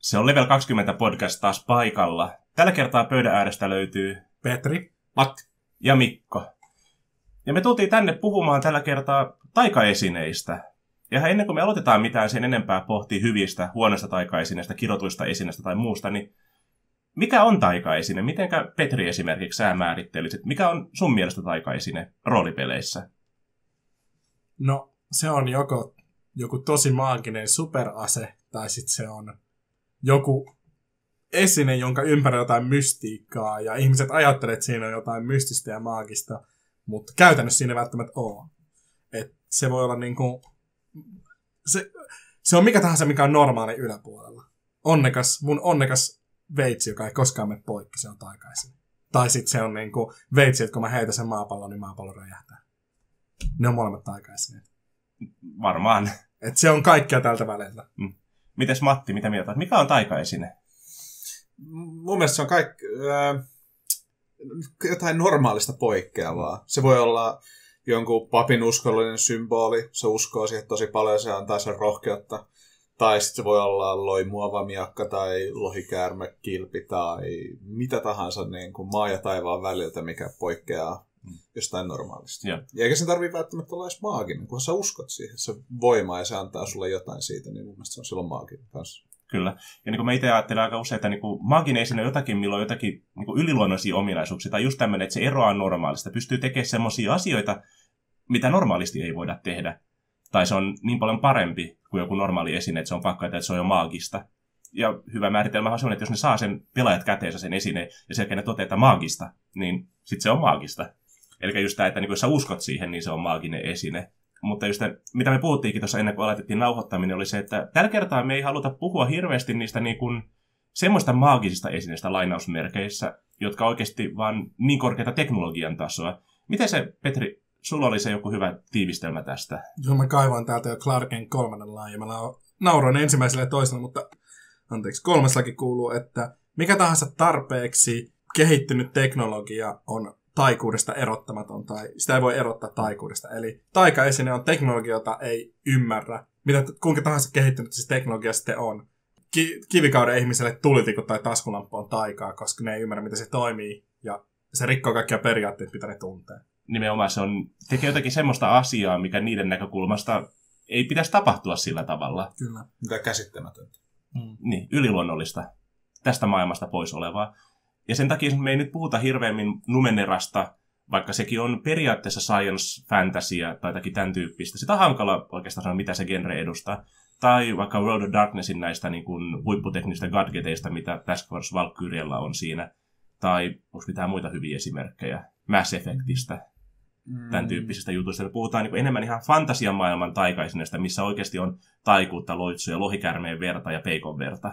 Se on Level 20 podcast taas paikalla. Tällä kertaa pöydän äärestä löytyy Petri, Matti ja Mikko. Ja me tultiin tänne puhumaan tällä kertaa taikaesineistä. Ja ennen kuin me aloitetaan mitään sen enempää pohtia hyvistä, huonoista taikaesineistä, kirjoituista esineistä tai muusta, niin mikä on taikaesine? Mitenkä Petri esimerkiksi sä määrittelisit? Mikä on sun mielestä taikaesine roolipeleissä? no se on joko joku tosi maaginen superase, tai sitten se on joku esine, jonka ympärillä jotain mystiikkaa, ja ihmiset ajattelee, että siinä on jotain mystistä ja maagista, mutta käytännössä siinä ei välttämättä ole. Et se voi olla niinku... Se on mikä tahansa, mikä on normaali yläpuolella. Mun onnekas veitsi, joka ei koskaan mene poikki, se on taikaesine. Tai sitten se on niinku veitsi, että kun mä heitän sen maapallon, niin maapallo räjähtää. Ne on molemmat taikaesineet. Varmaan. Et se on kaikkea tältä välillä. Mites Matti, mitä mieltä? Mikä on taikaesine? Mun mielestä se on jotain normaalista poikkeavaa. Se voi olla jonkun papin uskollinen symboli. Se uskoo siihen tosi paljon, se antaa sen rohkeutta. Tai sitten se voi olla loimuava miakka tai lohikäärme, kilpi tai mitä tahansa niin kuin maa ja taivaan väliltä, mikä poikkeaa jostain normaalista. Ja eikä sen tarvitse välttämättä olla edes maaginen, kun sä uskot siihen. Se voima ja se antaa sulle jotain siitä, niin mun mielestä se on silloin maaginen kanssa. Kyllä. Ja niin kuin mä itse ajattelen aika usein, että niin maaginen esine on jotakin, milloin on jotakin niin yliluonnollisia ominaisuuksia, tai just tämmöinen, että se eroaa normaalista. Pystyy tekemään semmoisia asioita, mitä normaalisti ei voida tehdä. Tai se on niin paljon parempi kuin joku normaali esine, että se on pakko, että se on jo maagista. Ja hyvä määritelmä on se, että jos ne saa sen pelaajat käteensä sen esineen, ja sen ne toteaa, että maagista, niin sitten se on maagista. Eli just tämä, että niin jos sä uskot siihen, niin se on maaginen esine. Mutta just mitä me puhuttiinkin tuossa ennen kuin aloitettiin nauhoittaminen, oli se, että tällä kertaa me ei haluta puhua hirveästi niistä niin kuin semmoista maagisista esineistä lainausmerkeissä, jotka oikeasti vaan niin korkeata teknologian tasoa. Miten se, Petri, sulla oli se joku hyvä tiivistelmä tästä? Joo, mä kaivan täältä jo Clarken 3. lain, ja mä nauroin ensimmäiselle ja toiselle, mutta kolmassakin kuuluu, että mikä tahansa tarpeeksi kehittynyt teknologia on taikuudesta erottamaton, tai sitä ei voi erottaa taikuudesta. Eli taikaesine on teknologia, jota ei ymmärrä. Kuinka tahansa kehittynyt se teknologia sitten on. Kivikauden ihmiselle tulitikut tai taskulamppu on taikaa, koska ne ei ymmärrä, miten se toimii, ja se rikkoo kaikkia periaatteita, mitä ne tuntee. Nimenomaan se tekee jotakin semmoista asiaa, mikä niiden näkökulmasta ei pitäisi tapahtua sillä tavalla. Kyllä. Mikä käsittämätöntä. Niin, yliluonnollista. Tästä maailmasta pois olevaa. Ja sen takia me ei nyt puhuta hirveämmin Numenerasta, vaikka sekin on periaatteessa science fantasia tai jotakin tämän tyyppistä. Sitä on hankala oikeastaan sanoa, mitä se genre edustaa. Tai vaikka World of Darknessin näistä niin kuin huipputeknisistä gadgeteista, mitä Task Force Valkyriella on siinä. Tai onko mitään muita hyviä esimerkkejä Mass Effectistä, tämän tyyppisistä jutuista. Me puhutaan niin enemmän ihan fantasiamaailman taikaisineista, missä oikeasti on taikuutta, loitsuja, lohikärmeen verta ja peikon verta.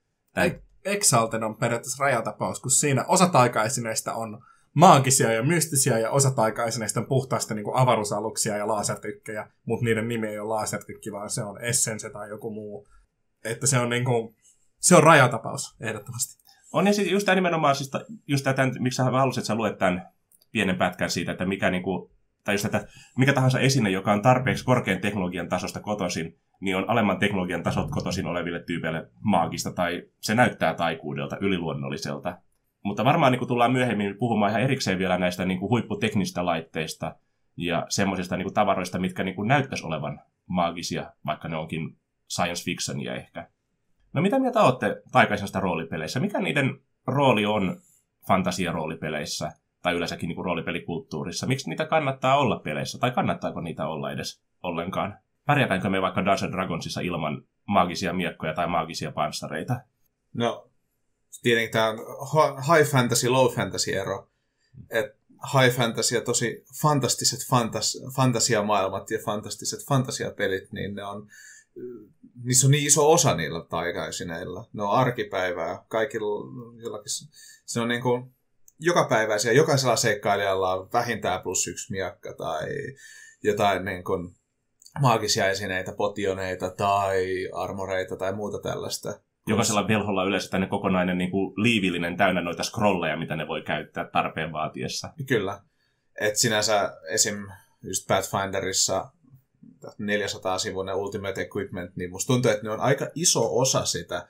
Exalted on periaatteessa rajatapaus, kun siinä osa taikaesineistä on maagisia ja mystisiä, ja osa taikaesineistä on puhtaasti niin kuin avaruusaluksia ja lasertykkejä, mutta niiden nimi ei ole lasertykki, vaan se on Essence tai joku muu. Että se on, niin kuin, se on rajatapaus, ehdottomasti. On, ja sitten just tämä nimenomaan, siis just tämä, miksi sä halusit, että sä luet tämän pienen pätkän siitä, että mikä, niin kuin, tai just, että mikä tahansa esine, joka on tarpeeksi korkean teknologian tasosta kotoisin, niin on alemman teknologian tasot kotoisin oleville tyypeille maagista, tai se näyttää taikuudelta, yliluonnolliselta. Mutta varmaan niin kuin tullaan myöhemmin puhumaan ihan erikseen vielä näistä niin kuin huipputeknisistä laitteista ja semmoisista niin kuin tavaroista, mitkä niin kuin näyttäisi olevan maagisia, vaikka ne onkin science fictionia ehkä. No mitä mieltä olette taikaisista roolipeleissä? Mikä niiden rooli on fantasiaroolipeleissä tai yleensäkin niin kuin roolipelikulttuurissa? Miksi niitä kannattaa olla peleissä tai kannattaako niitä olla edes ollenkaan? Pärjätäänkö me vaikka Dungeons & Dragonsissa ilman maagisia miekkoja tai maagisia panssareita? No, tietenkin tämä on high fantasy, low fantasy ero. Et high fantasy ja tosi fantastiset fantasiamaailmat ja fantastiset fantasiapelit, niin niissä on niin iso osa niillä taikaesineillä. Ne on arkipäivää. Kaikilla jollakin, se on niin kuin jokapäiväisiä. Jokaisella seikkailijalla on vähintään +1 miakka tai jotain niin kuin maagisia esineitä, potioneita tai armoreita tai muuta tällaista. Jokaisella velholla on yleensä tänne kokonainen niin kuin liivillinen täynnä noita scrolleja, mitä ne voi käyttää tarpeen vaatiessa. Kyllä. Et sinänsä esim. Just Pathfinderissa 400-sivuinen Ultimate Equipment, niin musta tuntuu, että ne on aika iso osa sitä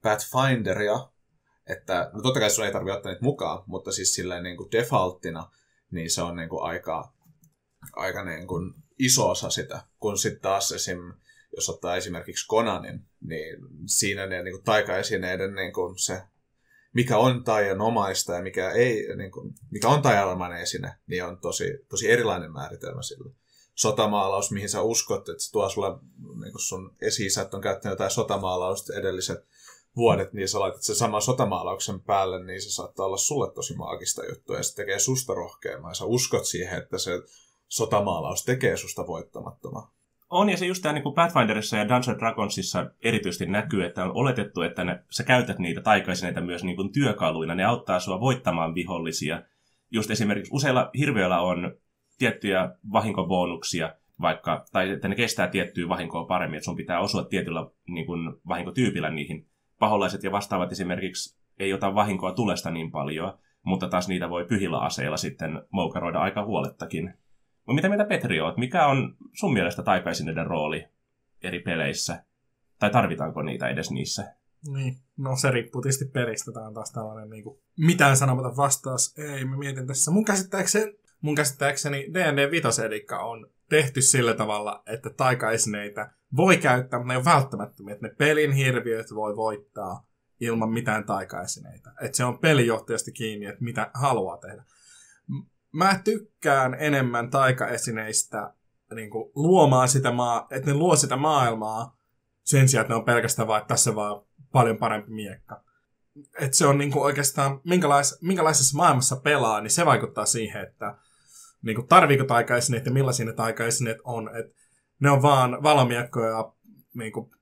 Pathfinderia, että no totta kai sun ei tarvitse ottaa niitä mukaan, mutta siis silleen niin kuin defaulttina, niin se on niin kuin aika niin kuin iso osa sitä, kun sitten taas jos ottaa esimerkiksi Conanin, niin siinä ne niin kuin taikaesineiden niin kuin se, mikä on taianomaista ja mikä ei, niin kuin, mikä on taianomainen esine, niin on tosi erilainen määritelmä sillä. Sotamaalaus, mihin sä uskot, että se tuo sulle, niin kuin sun esi-isät on käyttänyt jotain sotamaalausta edelliset vuodet, niin sä laitat sen saman sotamaalauksen päälle, niin se saattaa olla sulle tosi maagista juttua, ja se tekee susta rohkeamman, ja sä uskot siihen, että se sotamaalaus tekee susta voittamattoman. On, ja se just tämä niin Pathfinderissa ja Dungeons & Dragonsissa erityisesti näkyy, että on oletettu, että sä käytät niitä taikaisineita myös niin kuin työkaluina. Ne auttaa sua voittamaan vihollisia. Just esimerkiksi useilla hirviöillä on tiettyjä vahinkobonuksia, tai että ne kestää tiettyä vahinkoa paremmin, että sun pitää osua tietyllä niin kuin vahinkotyypillä niihin. Paholaiset ja vastaavat esimerkiksi ei ota vahinkoa tulesta niin paljon, mutta taas niitä voi pyhillä aseilla sitten moukaroida aika huolettakin. Mutta mitä mieltä Petri oot? Mikä on sun mielestä taikaisineiden rooli eri peleissä? Tai tarvitaanko niitä edes niissä? Niin, no se riippuu tietysti pelistä. Tämä on taas tällainen niin kuin, mitään sanomaton vastaus. Ei, mä mietin tässä. Mun käsittääkseni D&D 5 on tehty sillä tavalla, että taikaesineitä voi käyttää, mutta ne on välttämättömiä. Että ne pelin hirviöt voi voittaa ilman mitään taikaesineitä. Että se on pelijohtajasta kiinni, että mitä haluaa tehdä. Mä tykkään enemmän taikaesineistä niin kuin luomaan sitä että ne luo sitä maailmaa sen sijaan, että ne on pelkästään vaan, että tässä vaan paljon parempi miekka. Että se on niin kuin oikeastaan, minkälaisessa maailmassa pelaa, niin se vaikuttaa siihen, että niin kuin tarviiko taikaesineet ja millaisia ne taikaesineet on. Että ne on vaan valomiekkoja niin kuin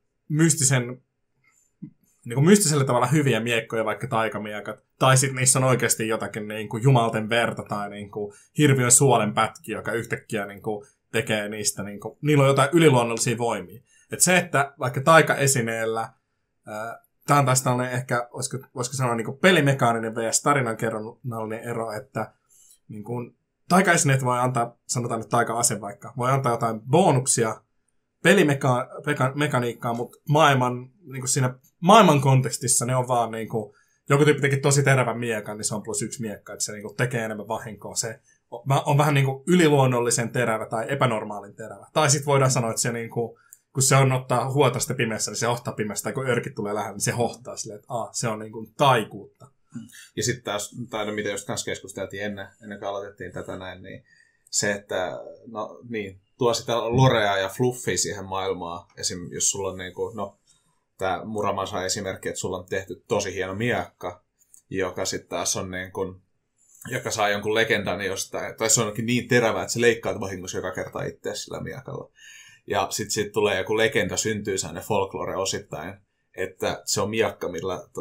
mystisellä tavalla hyviä miekkoja, vaikka taikamiekat. Tai sitten niissä on oikeasti jotakin niin kuin jumalten verta tai niin kuin hirviön suolen pätki, joka yhtäkkiä niin kuin tekee niistä, niin kuin, niillä on jotain yliluonnollisia voimia. Et se, että vaikka taikaesineellä, tämä on taas tällainen ehkä, voisiko sanoa niin kuin pelimekaaninen vs. tarinankerronnallinen ero, että niin kuin, taikaesineet voi antaa, sanotaan nyt taika-ase vaikka, voi antaa jotain bonuksia pelimekaniikkaa, mutta niin kuin siinä maailman kontekstissa ne on vaan niin kuin, joku tyyppi teki tosi terävän miekan, niin se on +1 miekka, että se niin kuin tekee enemmän vahinkoa. Se on vähän niin kuin yliluonnollisen terävä tai epänormaalin terävä. Tai sitten voidaan sanoa, että se niin kuin, kun se on ottaa huotasta pimeässä, niin se hohtaa pimeässä, tai kun örkit tulee lähellä, niin se hohtaa silleen, että se on niin kuin taikuutta. Ja sitten taas, tai mitä just kanssa keskusteltiin ennen kuin aloitettiin tätä näin, niin se, että no niin, tuo sitä lorea ja fluffia siihen maailmaan. Esim. Jos sulla on niin kuin, tämä Muramasa esimerkki, että sulla on tehty tosi hieno miekka, joka sitten taas on niin kuin, joka saa jonkun legendan jostain, tai se onkin niin terävä, että se leikkaa vahingossa joka kerta itse sillä miekalla. Ja sitten siitä tulee joku legenda, syntyy sellainen folklore osittain, että se on miekka,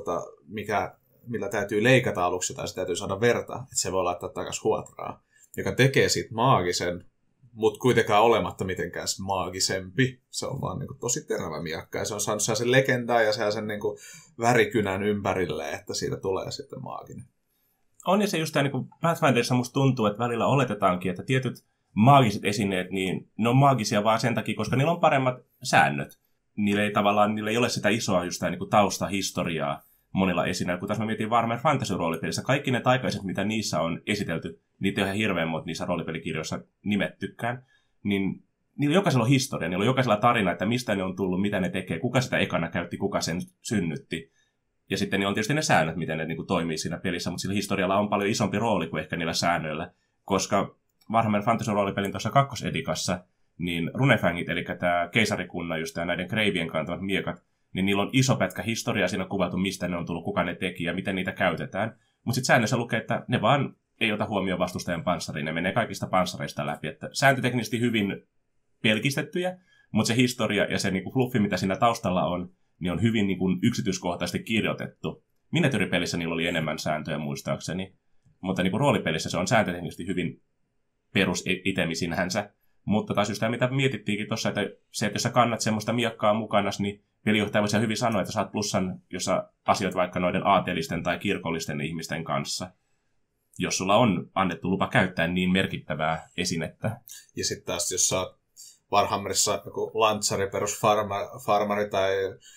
millä täytyy leikata aluksi, tai se täytyy saada verta, että se voi laittaa takaisin huotraa, joka tekee siitä maagisen, mutta kuitenkaan olematta mitenkään maagisempi. Se on vaan niin kuin tosi terävä miekka, ja se on saanut sen legendaa ja sen niin kuin värikynän ympärille, että siitä tulee sitten maaginen. On, ja se just tämä niin Pathfinderissa musta tuntuu, että välillä oletetaankin, että tietyt maagiset esineet, niin ne on maagisia vaan sen takia, koska niillä on paremmat säännöt. Niillä ei ole sitä isoa just tämä niin taustahistoriaa monilla esineillä. Kun taas mä mietin Warhammer Fantasy-roolipelissä, kaikki ne taikaiset, mitä niissä on esitelty, niitä ei ole ihan hirveän monta niissä roolipelikirjoissa nimettykään, niin niillä jokaisella on historia, niillä on jokaisella tarina, että mistä ne on tullut, mitä ne tekee, kuka sitä ekana käytti, kuka sen synnytti. Ja sitten on tietysti ne säännöt, miten ne niin kuin toimii siinä pelissä, mutta sillä historialla on paljon isompi rooli kuin ehkä niillä säännöillä, koska Warhammer Fantasy-roolipelin tuossa kakkosedikassa, niin runefängit, eli tämä keisarikunnan, just näiden kreivien kantamat miekat, niin niillä on iso pätkä historiaa siinä kuvattu, mistä ne on tullut, kuka ne teki ja miten niitä käytetään. Mutta sitten säännössä lukee, että ne vaan ei ota huomioon vastustajan panssariin, ne menee kaikista panssareista läpi. Että sääntöteknisesti hyvin pelkistettyjä, mutta se historia ja se niinku fluffi, mitä siinä taustalla on, niin on hyvin niinku yksityiskohtaisesti kirjoitettu. Miniatyyripelissä niillä oli enemmän sääntöjä muistaakseni, mutta niinku roolipelissä se on sääntöteknisesti hyvin perusitemisinhänsä. Mutta taas just tämä, mitä mietittiinkin tuossa, että se, että jos sä kannat semmoista miekkaa mukana, niin pelijohtaja voisi hyvin sanoa, että saat plussan, jos sä asioit vaikka noiden aatelisten tai kirkollisten ihmisten kanssa, jos sulla on annettu lupa käyttää niin merkittävää esinettä. Ja sitten taas, jos sä oot Warhammerissa joku lantsari, perusfarmari tai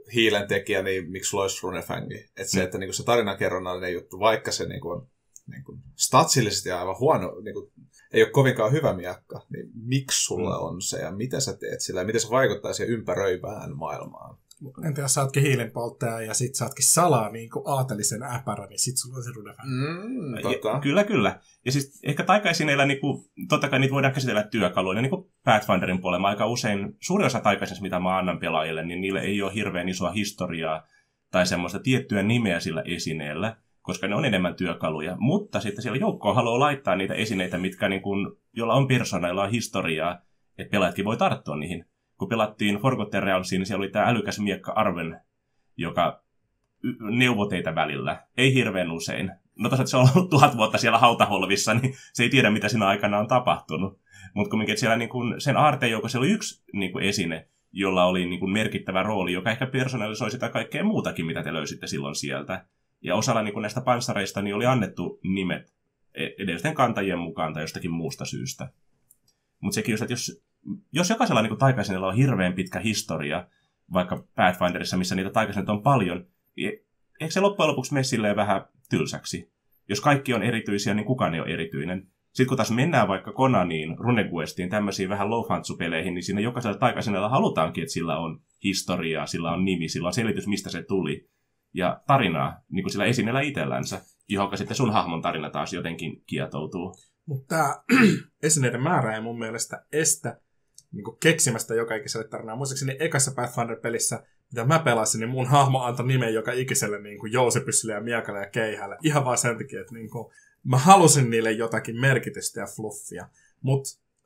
hiilen tekijä, niin miksi loisi runefängi? Että se, että niin kuin se tarinankerronnallinen juttu, vaikka se niin kuin statsillisesti aivan huono, niin kuin, ei ole kovinkaan hyvä miekka, niin miksi sulla on se ja mitä sä teet sillä ja miten se vaikuttaa siihen ympäröivään maailmaan? Entä jos sä ootkin hiilenpolttaja ja sit sä ootkin salaa niin kuin aatelisen äpärä, niin sit sulla on se runefängi. Kyllä. Ja siis ehkä taikaesineillä, niin kuin, totta kai niitä voidaan käsitellä työkaluina, niin kuin Pathfinderin puolella aika usein, suurin osa taikaisista, mitä mä annan pelaajille, niin niille ei ole hirveän isoa historiaa tai semmoista tiettyä nimeä sillä esineellä, koska ne on enemmän työkaluja. Mutta sitten siellä joukkoon haluaa laittaa niitä esineitä, mitkä, niin kuin, joilla on persoonalla on historiaa, että pelaajatkin voi tarttua niihin. Kun pelattiin Forgotten Realmsia, niin siellä oli tämä älykäs miekka Arven, joka neuvoi teitä välillä. Ei hirveän usein. No tosiaan, se on ollut 1000 vuotta siellä hautaholvissa, niin se ei tiedä, mitä siinä aikana on tapahtunut. Mutta kumminkin, että siellä niin kun sen aarteen joukossa oli yksi niin kun esine, jolla oli niin kun merkittävä rooli, joka ehkä personalisoi sitä kaikkea muutakin, mitä te löysitte silloin sieltä. Ja osalla niin kun näistä panssareista niin oli annettu nimet edellisten kantajien mukaan tai jostakin muusta syystä. Mutta sekin just, että jos jokaisella niin taikaisella on hirveän pitkä historia, vaikka Pathfinderissa, missä niitä taikaisilla on paljon, eikö se loppujen lopuksi mene silleen vähän tylsäksi? Jos kaikki on erityisiä, niin kukaan ei ole erityinen. Sitten kun taas mennään vaikka Konaniin, RuneQuestiin, tämmöisiin vähän low-fantsu-peleihin, niin siinä jokaisella taikaisella halutaankin, että sillä on historiaa, sillä on nimi, sillä on selitys, mistä se tuli. Ja tarinaa, niin kuin sillä esineellä itsellänsä, johonka sitten sun hahmon tarina taas jotenkin kietoutuu. Mutta tämä esineiden määrä ei mun mielestä estä niin keksimästä joka ikiselle tarinaa. Muistaakseni ekassa Pathfinder-pelissä, mitä mä pelasin, niin mun hahmo antoi nimen joka ikiselle niin jousipyssylle ja miekalle ja keihälle. Ihan vaan sen takia, että niin kuin, mä halusin niille jotakin merkitystä ja fluffia. Mutta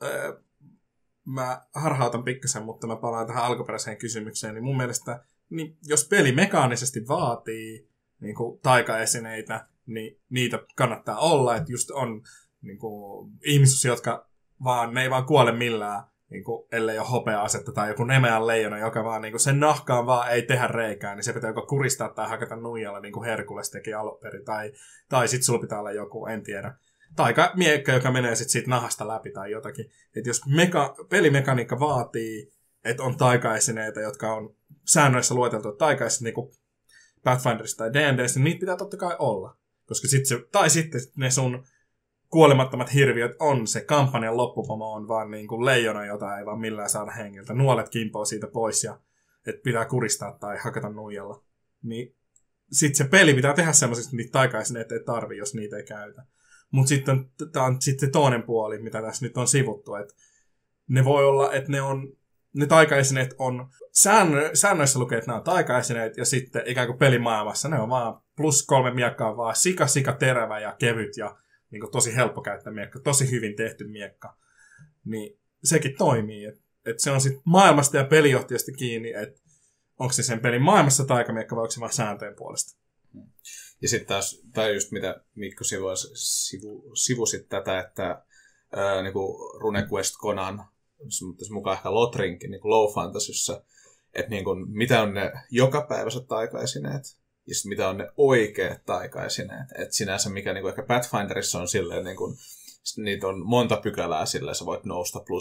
mä harhautan pikkasen, mutta mä palaan tähän alkuperäiseen kysymykseen. Niin mun mielestä, niin jos peli mekaanisesti vaatii niin kuin taikaesineitä, niin niitä kannattaa olla. Että just on niin kuin, ihmisiä, jotka ne ei vaan kuole millään, niin kuin, ellei ole hopea-asetta tai joku nemeän leijona, joka vaan niin kuin, sen nahkaan vaan ei tehdä reikää, niin se pitää joko kuristaa tai hakata nuijalla, niin kuin Herkules teki alunperin, tai sitten sulla pitää olla joku, en tiedä, taikamiekka, joka menee sitten siitä nahasta läpi tai jotakin. Että jos pelimekaniikka vaatii, että on taikaesineitä, jotka on säännöissä lueteltu taikaesineitä, niin kuin Pathfinderissa tai D&Dssä, niin niitä pitää totta kai olla. Koska sitten ne sun kuolemattomat hirviöt on se kampanjan loppupomo on vaan niin kuin leijona, jota ei vaan millään saada hengiltä. Nuolet kimpoo siitä pois ja että pitää kuristaa tai hakata nuijalla. Niin sitten se peli pitää tehdä semmoisesti, että niitä taikaesineitä ei tarvi, jos niitä ei käytä. Mutta sitten tämä on sitten se toinen puoli, mitä tässä nyt on sivuttu, että ne voi olla, että ne taikaesineet on, säännöissä lukee, että nämä on taikaesineet, ja sitten ikään kuin pelimaailmassa ne on vaan +3 miekkaa, vaan sika terävä ja kevyt ja niin kuin tosi helppo käyttää miekka, tosi hyvin tehty miekka. Niin sekin toimii, että se on sitten maailmasta ja pelijohtajasta kiinni, että onko se sen pelin maailmassa taikamiekka vai onko se vaan sääntöjen puolesta. Ja sitten taas, tämä just mitä Mikko sivusit tätä, että niinku RuneQuest Conan, mutta mukaan ehkä Lotrinkin niin low fantasyssä, että niin kuin, mitä on ne jokapäiväiset taikaesineet ja sitten mitä on ne oikeat taikaesineet. Että sinänsä mikä niin kuin ehkä Pathfinderissa on silleen, niin kuin, niitä on monta pykälää silleen, sä voit nousta +1,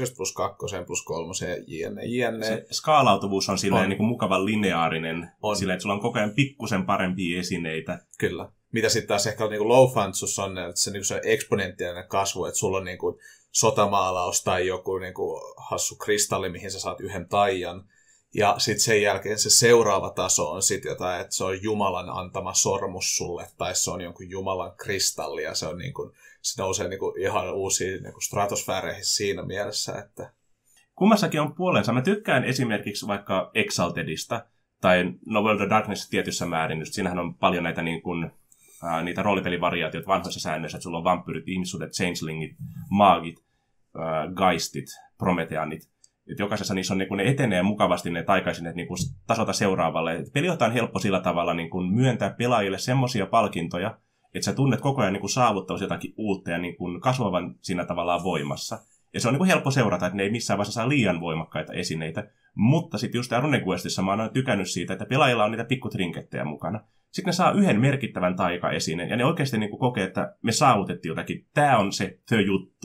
+2, +3, jne. Se skaalautuvuus on silleen niin kuin mukavan lineaarinen, silleen, että sulla on koko ajan pikkusen parempia esineitä. Kyllä. Mitä sitten taas ehkä niin kuin low fantasyssä on, että se, niin kuin se eksponentiaalinen kasvu, että sulla on niin kuin sotamaalaus tai joku niin kuin hassu kristalli, mihin sä saat yhden taian. Ja sitten sen jälkeen se seuraava taso on sitten jotain, että se on Jumalan antama sormus sulle, tai se on jonkun Jumalan kristalli, ja se on niin kuin, se nousee niin kuin ihan uusiin niin kuin stratosfääreihin siinä mielessä, että kummassakin on puolensa. Mä tykkään esimerkiksi vaikka Exaltedista, tai World of Darkness tietyssä määrin, just siinähän on paljon näitä niin kuin, niitä roolipelivariaatioita vanhoissa säännöissä, että sulla on vampyyrit, ihmissuudet, changelingit, maagit, geistit, prometeanit. Et jokaisessa niissä on, niin kun ne etenee mukavasti ne taikaisineet niin tasolta seuraavalle. Pelijohtaja on helppo sillä tavalla niin kun myöntää pelaajille semmoisia palkintoja, että sä tunnet koko ajan niin saavuttavasi jotakin uutta ja niin kun kasvavan siinä tavallaan voimassa. Ja se on niin helppo seurata, että ne ei missään vaiheessa saa liian voimakkaita esineitä. Mutta sitten just täällä RuneQuestissa mä oon tykännyt siitä, että pelaajilla on niitä pikkutrinkettejä mukana. Sitten ne saa yhden merkittävän taikaesineen ja ne oikeasti niin kokee, että me saavutettiin jotakin. Tämä on se juttu.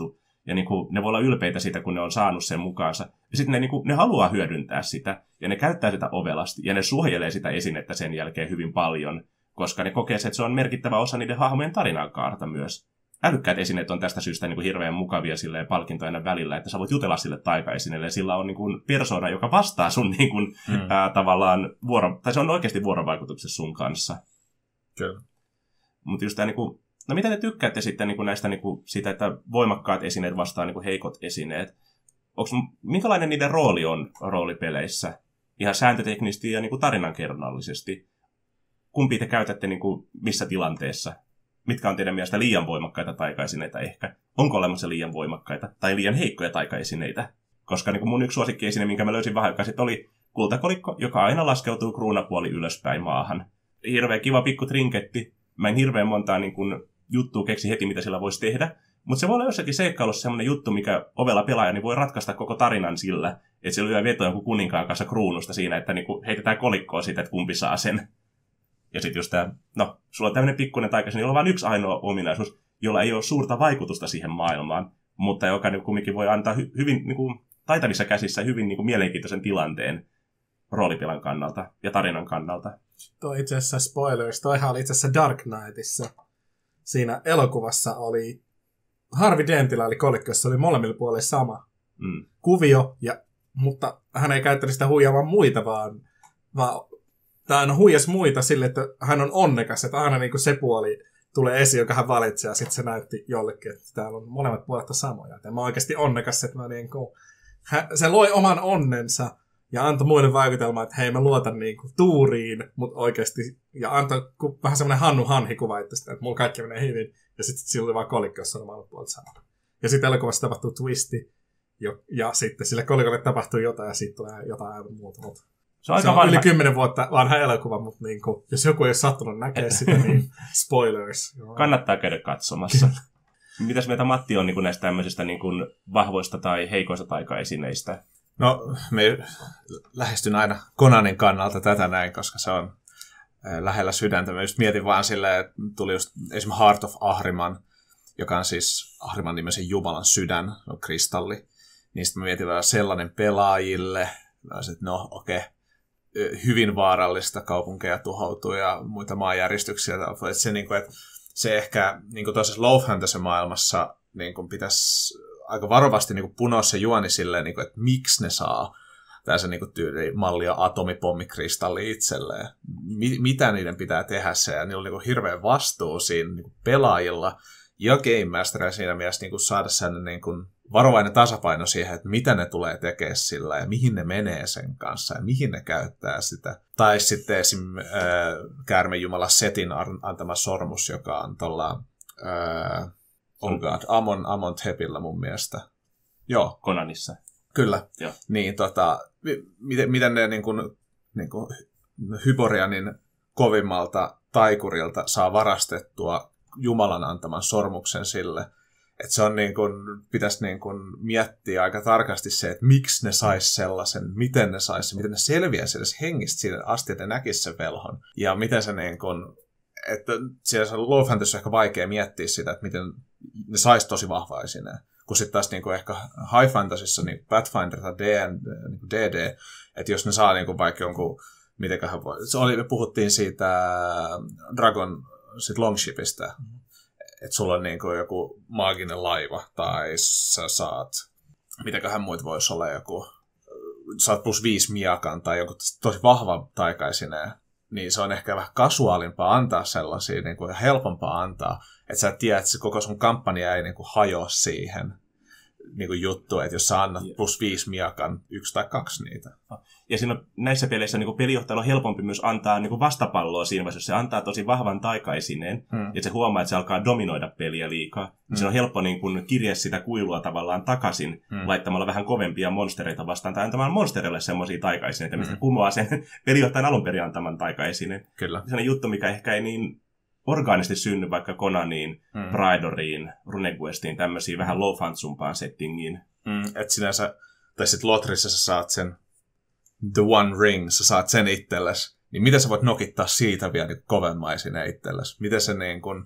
Ja niin kuin, ne voi olla ylpeitä siitä, kun ne on saanut sen mukaansa. Ja sitten ne, niin kuin, ne haluaa hyödyntää sitä, ja ne käyttää sitä ovelasti, ja ne suojelee sitä esinettä sen jälkeen hyvin paljon, koska ne kokee, että se on merkittävä osa niiden hahmojen tarinankaarta myös. Älykkäät esineet on tästä syystä niin kuin hirveän mukavia palkintoina välillä, että sä voit jutella sille taikaesineelle, ja sillä on niin kuin persona, joka vastaa sun niin kuin, tavallaan tai se on oikeasti vuorovaikutuksessa sun kanssa. Kyllä. Mutta just tämä, niin kuin, no mitä te tykkäätte sitten niin kuin näistä niin kuin siitä, että voimakkaat esineet vastaa niin kuin heikot esineet? Minkälainen niiden rooli on roolipeleissä? Ihan sääntöteknisesti ja niin kuin tarinankerronnallisesti. Kumpi te käytätte niin kuin missä tilanteessa? Mitkä on teidän mielestä liian voimakkaita taikaesineitä ehkä? Onko olemassa liian voimakkaita tai liian heikkoja taikaesineitä? Koska niin kuin mun yksi suosikkiesine, minkä mä löysin vähän aikaa sitten, oli kultakolikko, joka aina laskeutuu kruunapuoli ylöspäin maahan. Hirveän kiva pikku trinketti. Mä en hirveän montaa niin kuin juttua keksi heti, mitä sillä voisi tehdä. Mutta se voi olla jossakin seikkailussa semmoinen juttu, mikä ovella pelaaja niin voi ratkaista koko tarinan sillä, että se lyö veto jonkun kuninkaan kanssa kruunusta siinä, että niin kuin heitetään kolikkoa siitä, että kumpi saa sen. Ja sitten just tämä, no, sulla on tämmöinen pikkuinen taikaisen, jolla on vain yksi ainoa ominaisuus, jolla ei ole suurta vaikutusta siihen maailmaan, mutta joka niin kumminkin voi antaa hyvin niin kuin, taitavissa käsissä hyvin niin kuin, mielenkiintoisen tilanteen roolipelan kannalta ja tarinan kannalta. Tuo itse asiassa spoilers, toihan oli itse asiassa Dark Knightissa. Siinä elokuvassa oli Harvey Dentillä oli kolikko, jossa oli molemmilla puolilla sama kuvio, mutta hän ei käyttänyt sitä huijaamaan muita, vaan hän huijas muita sille, että hän on onnekas, että aina niin kuin se puoli tulee esiin, joka hän valitsee, ja sitten se näytti jollekin, että täällä on molemmat puolet samoja. Ja mä oon oikeasti onnekas, että mä niin kuin, se loi oman onnensa, ja antoi muille vaikutelmaa, että hei, mä luotan niin kuin tuuriin, mutta oikeasti, ja antoi vähän semmoinen Hannu Hanhi-kuva, että mulla kaikki menee hyvin, ja sitten sillä oli vaan kolikko, jossa on molemmat puolet samoja. Ja sitten elokuvassa tapahtuu twisti, ja sitten sille kolikolle tapahtuu jotain, ja siitä tulee jotain aivan muuta. Se on yli 10 vuotta vanha elokuva, mutta niin kuin, jos joku ei ole sattunut näkee sitä, niin spoilers. Kannattaa käydä katsomassa. Mitäs mieltä Matti on niin kuin näistä tämmöisistä niin kuin vahvoista tai heikoista taikaesineistä? No, me lähestyn aina Conanin kannalta tätä näin, koska se on lähellä sydäntä. Mä just mietin vaan silleen, että tuli just esimerkiksi Heart of Ahriman, joka on siis Ahriman nimisen Jumalan sydän, on kristalli. Niin sitten mä mietin vaan sellainen pelaajille, että no okei, hyvin vaarallista, kaupunkeja tuhoutuu ja muita maanjäristyksiä. Että se ehkä niin tuossa low fantasy maailmassa niin pitäisi aika varovasti niin punoa se juoni silleen, niin kuin, että miksi ne saa tässä niin tyylimallia atomipommikristalli itselleen. Mitä niiden pitää tehdä se, ja niillä on niin hirveä vastuu siinä niin pelaajilla ja Game Masteria siinä mielessä niin saada sen niin varovainen tasapaino siihen, että mitä ne tulee tekemään sillä ja mihin ne menee sen kanssa ja mihin ne käyttää sitä. Tai sitten esim. Käärmejumala Setin antama sormus, joka on tuolla Amon Thepillä mun mielestä. Joo. Conanissa. Kyllä. Joo. Niin, miten ne niin kuin Hyborianin kovimmalta taikurilta saa varastettua Jumalan antaman sormuksen sille. Että se on niin kuin, pitäisi niin kuin miettiä aika tarkasti se, että miksi ne sais sellaisen, miten ne sais, miten ne selviäisi edes hengistä siinä asti, että ne näkisi sen velhon. Ja miten se niin kuin, että siellä low fantasy on ehkä vaikea miettiä sitä, että miten ne sais tosi vahvaa esineen. Kun sitten taas niin kuin ehkä high fantasyssa niin Pathfinder tai DD, että jos ne saa niin kuin vaikka jonkun, mitenköhän voi, me puhuttiin siitä Dragon sit Longshipistä, että sulla on niin kuin joku maaginen laiva, tai sä saat, mitäköhän muut voisi olla joku, saat +5 miakan, tai joku tosi vahva taikaisineen, niin se on ehkä vähän kasuaalimpaa antaa sellaisia, niin kuin, ja helpompaa antaa, että sä tiedät, että se koko sun kampanja ei niin kuin hajoa siihen niin kuin juttu, että jos sä annat +5 miakan, 1 tai 2 niitä. Ja siinä on, näissä peleissä niin pelijohtajalla on helpompi myös antaa niin vastapalloa siinä vaiheessa, jos se antaa tosi vahvan taikaisineen, ja se huomaa, että se alkaa dominoida peliä liikaa. Se on helppo niin kuin kirjaa sitä kuilua tavallaan takaisin, laittamalla vähän kovempia monstereita vastaan, tai antamaan monsterille semmoisia taikaisineita, mistä kumoaa sen pelijohtajan alun perin antaman taikaisineen. Kyllä. Se on juttu, mikä ehkä ei niin orgaanisesti synny vaikka Conaniin, Pridoriin, RuneQuestiin, tämmöisiin vähän low-fantsumpaan settingiin. Että sinänsä, tai sitten Lotrissa sä saat sen The One Ring, sä saat sen itsellesi, niin miten sä voit nokittaa siitä vielä niin kovemmaisine itsellesi? Miten se niin kun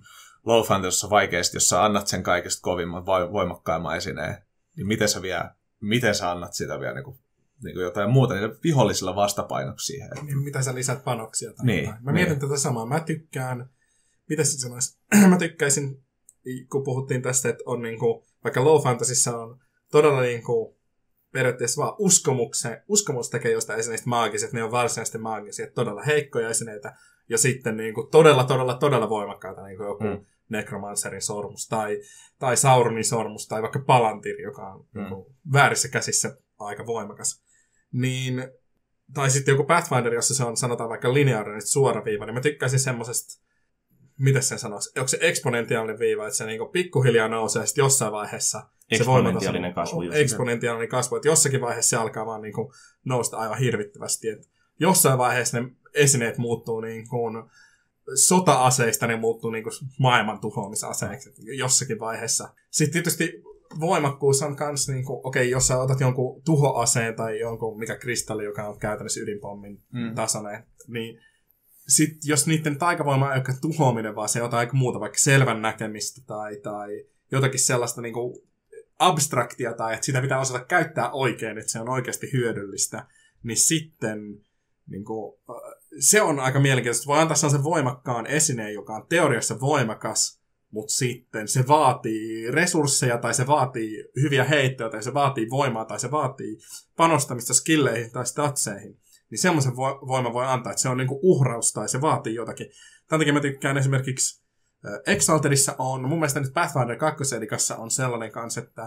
low fantasyssa vaikeasti, jos sä annat sen kaikista kovimman, voimakkaimman esineen, niin miten sä annat sitä vielä niin kuin jotain muuta, niillä vihollisilla vastapainoksi siihen. Niin, mitä sä lisät panoksia tai niin, jotain. Mä mietin tätä samaa. Mä tykkään, mitä sit sanois? Mä tykkäisin, kun puhuttiin tästä, että on niinku, vaikka low fantasyssä on todella niinku, periaatteessa vaan uskomus tekee jostain esineistä maagiset, ne on varsinaisesti maagisia, todella heikkoja esineitä, ja sitten niinku todella voimakkaita, niinku joku Necromancerin sormus, tai Sauronin sormus, tai vaikka Palantir, joka on niinku väärissä käsissä aika voimakas. Niin, tai sitten joku Pathfinder, jossa se on sanotaan vaikka lineaarinen suoraviiva, niin mä tykkäisin semmosesta, miten sen sanoisi, onko se eksponentiaalinen viiva, että se niinku pikkuhiljaa nousee, sitten jossain vaiheessa eksponentiaalinen kasvu. Eksponentiaalinen kasvu, että jossakin vaiheessa se alkaa vaan niinku nousta aivan hirvittävästi. Että jossain vaiheessa ne esineet muuttuu niinku sota-aseista, ne muuttuu niinku maailman tuhoamisaseiksi jossakin vaiheessa. Sitten tietysti voimakkuus on kans niinku, okei, jos sä otat jonkun tuhoaseen tai jonkun mikä kristalli, joka on käytännössä ydinpommin tasoinen, niin sitten jos niiden taikavoima ei ole tuhoaminen, vaan se on jotain aika muuta, vaikka selvän näkemistä tai jotakin sellaista niinku abstraktia tai että sitä pitää osata käyttää oikein, että se on oikeasti hyödyllistä, niin sitten niinku, se on aika mielenkiintoista. Voi antaa sellaisen voimakkaan esineen, joka on teoriassa voimakas, mutta sitten se vaatii resursseja tai se vaatii hyviä heittoja tai se vaatii voimaa tai se vaatii panostamista skilleihin tai statseihin. Niin semmoisen voima voi antaa, että se on niinku uhraus tai se vaatii jotakin. Tämän takia mä tykkään esimerkiksi Exalterissa on, mun mielestä nyt Pathfinder 2 edikassa on sellainen kanssa, että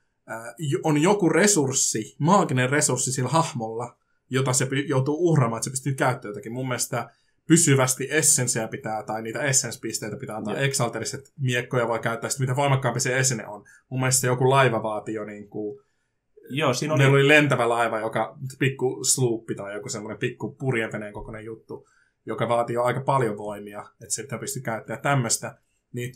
on joku resurssi, maaginen resurssi sillä hahmolla, jota se joutuu uhraamaan, että se pystyy käyttämään jotakin. Mun mielestä pysyvästi essensiä pitää, tai niitä essence-pisteitä pitää antaa Exalterissa, että miekkoja voi käyttää, sitten mitä voimakkaampi se esine on. Mun mielestä joku laiva vaatii jo niin kuin Joo, siinä oli lentävä laiva, joka pikku slooppi tai joku semmoinen pikku purjeveneen kokoinen juttu, joka vaatii jo aika paljon voimia, että se pitää pystyä käyttämään tämmöistä. Niin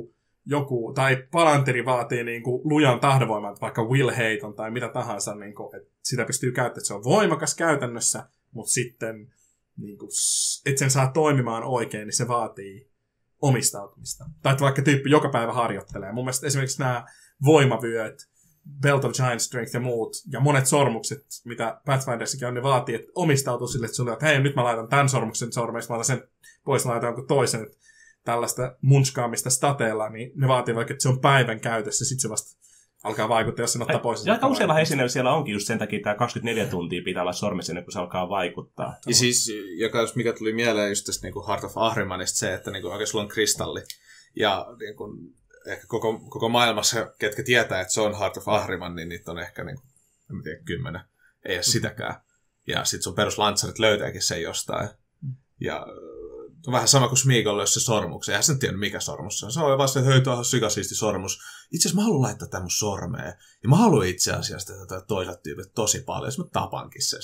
joku tai Palantiri vaatii niinku lujan tahdonvoiman, vaikka Will Heiton tai mitä tahansa, niinku, että sitä pystyy käyttämään, että se on voimakas käytännössä, mutta sitten niinku, että sen saa toimimaan oikein, niin se vaatii omistautumista. Tai että vaikka tyyppi joka päivä harjoittelee. Mun mielestä esimerkiksi nämä voimavyöt, Belt of Giant Strength ja muut, ja monet sormukset, mitä Pathfinderssakin on, ne vaatii, että omistautuu sille, että sulle on, että hei, nyt mä laitan tämän sormuksen sormeista, mä laitan sen pois, laitan jonkun toisen, että tällaista munskaamista stateella, niin ne vaatii vaikka, että se on päivän käytössä, sit se vasta alkaa vaikuttaa, jos sen ottaa pois. Ja aika useilla esineillä siellä onkin just sen takia, että 24 tuntia pitää olla sormessa ennen kuin se alkaa vaikuttaa. Ja siis, mikä tuli mieleen just tästä niin Heart of Ahrimanista, se, että niin oikein sulla on kristalli, ja niin kuin, ehkä koko maailmassa, ketkä tietää, että se on Heart of Ahriman, niin niitä on ehkä, niin, en tiedä, 10. Ei edes sitäkään. Ja sit sun peruslantsarit löytääkin sen jostain. Ja on vähän sama kuin Smeagol, jos se sormuksen. Eihän sen tiennyt, mikä sormus on. Se on vaan se, että hei, tuo on sikasiisti sormus. Itse asiassa mä haluan laittaa tämän mun sormeen. Ja mä haluan itse asiassa tätä toiselta tyypit tosi paljon. Jos mä tapankin sen.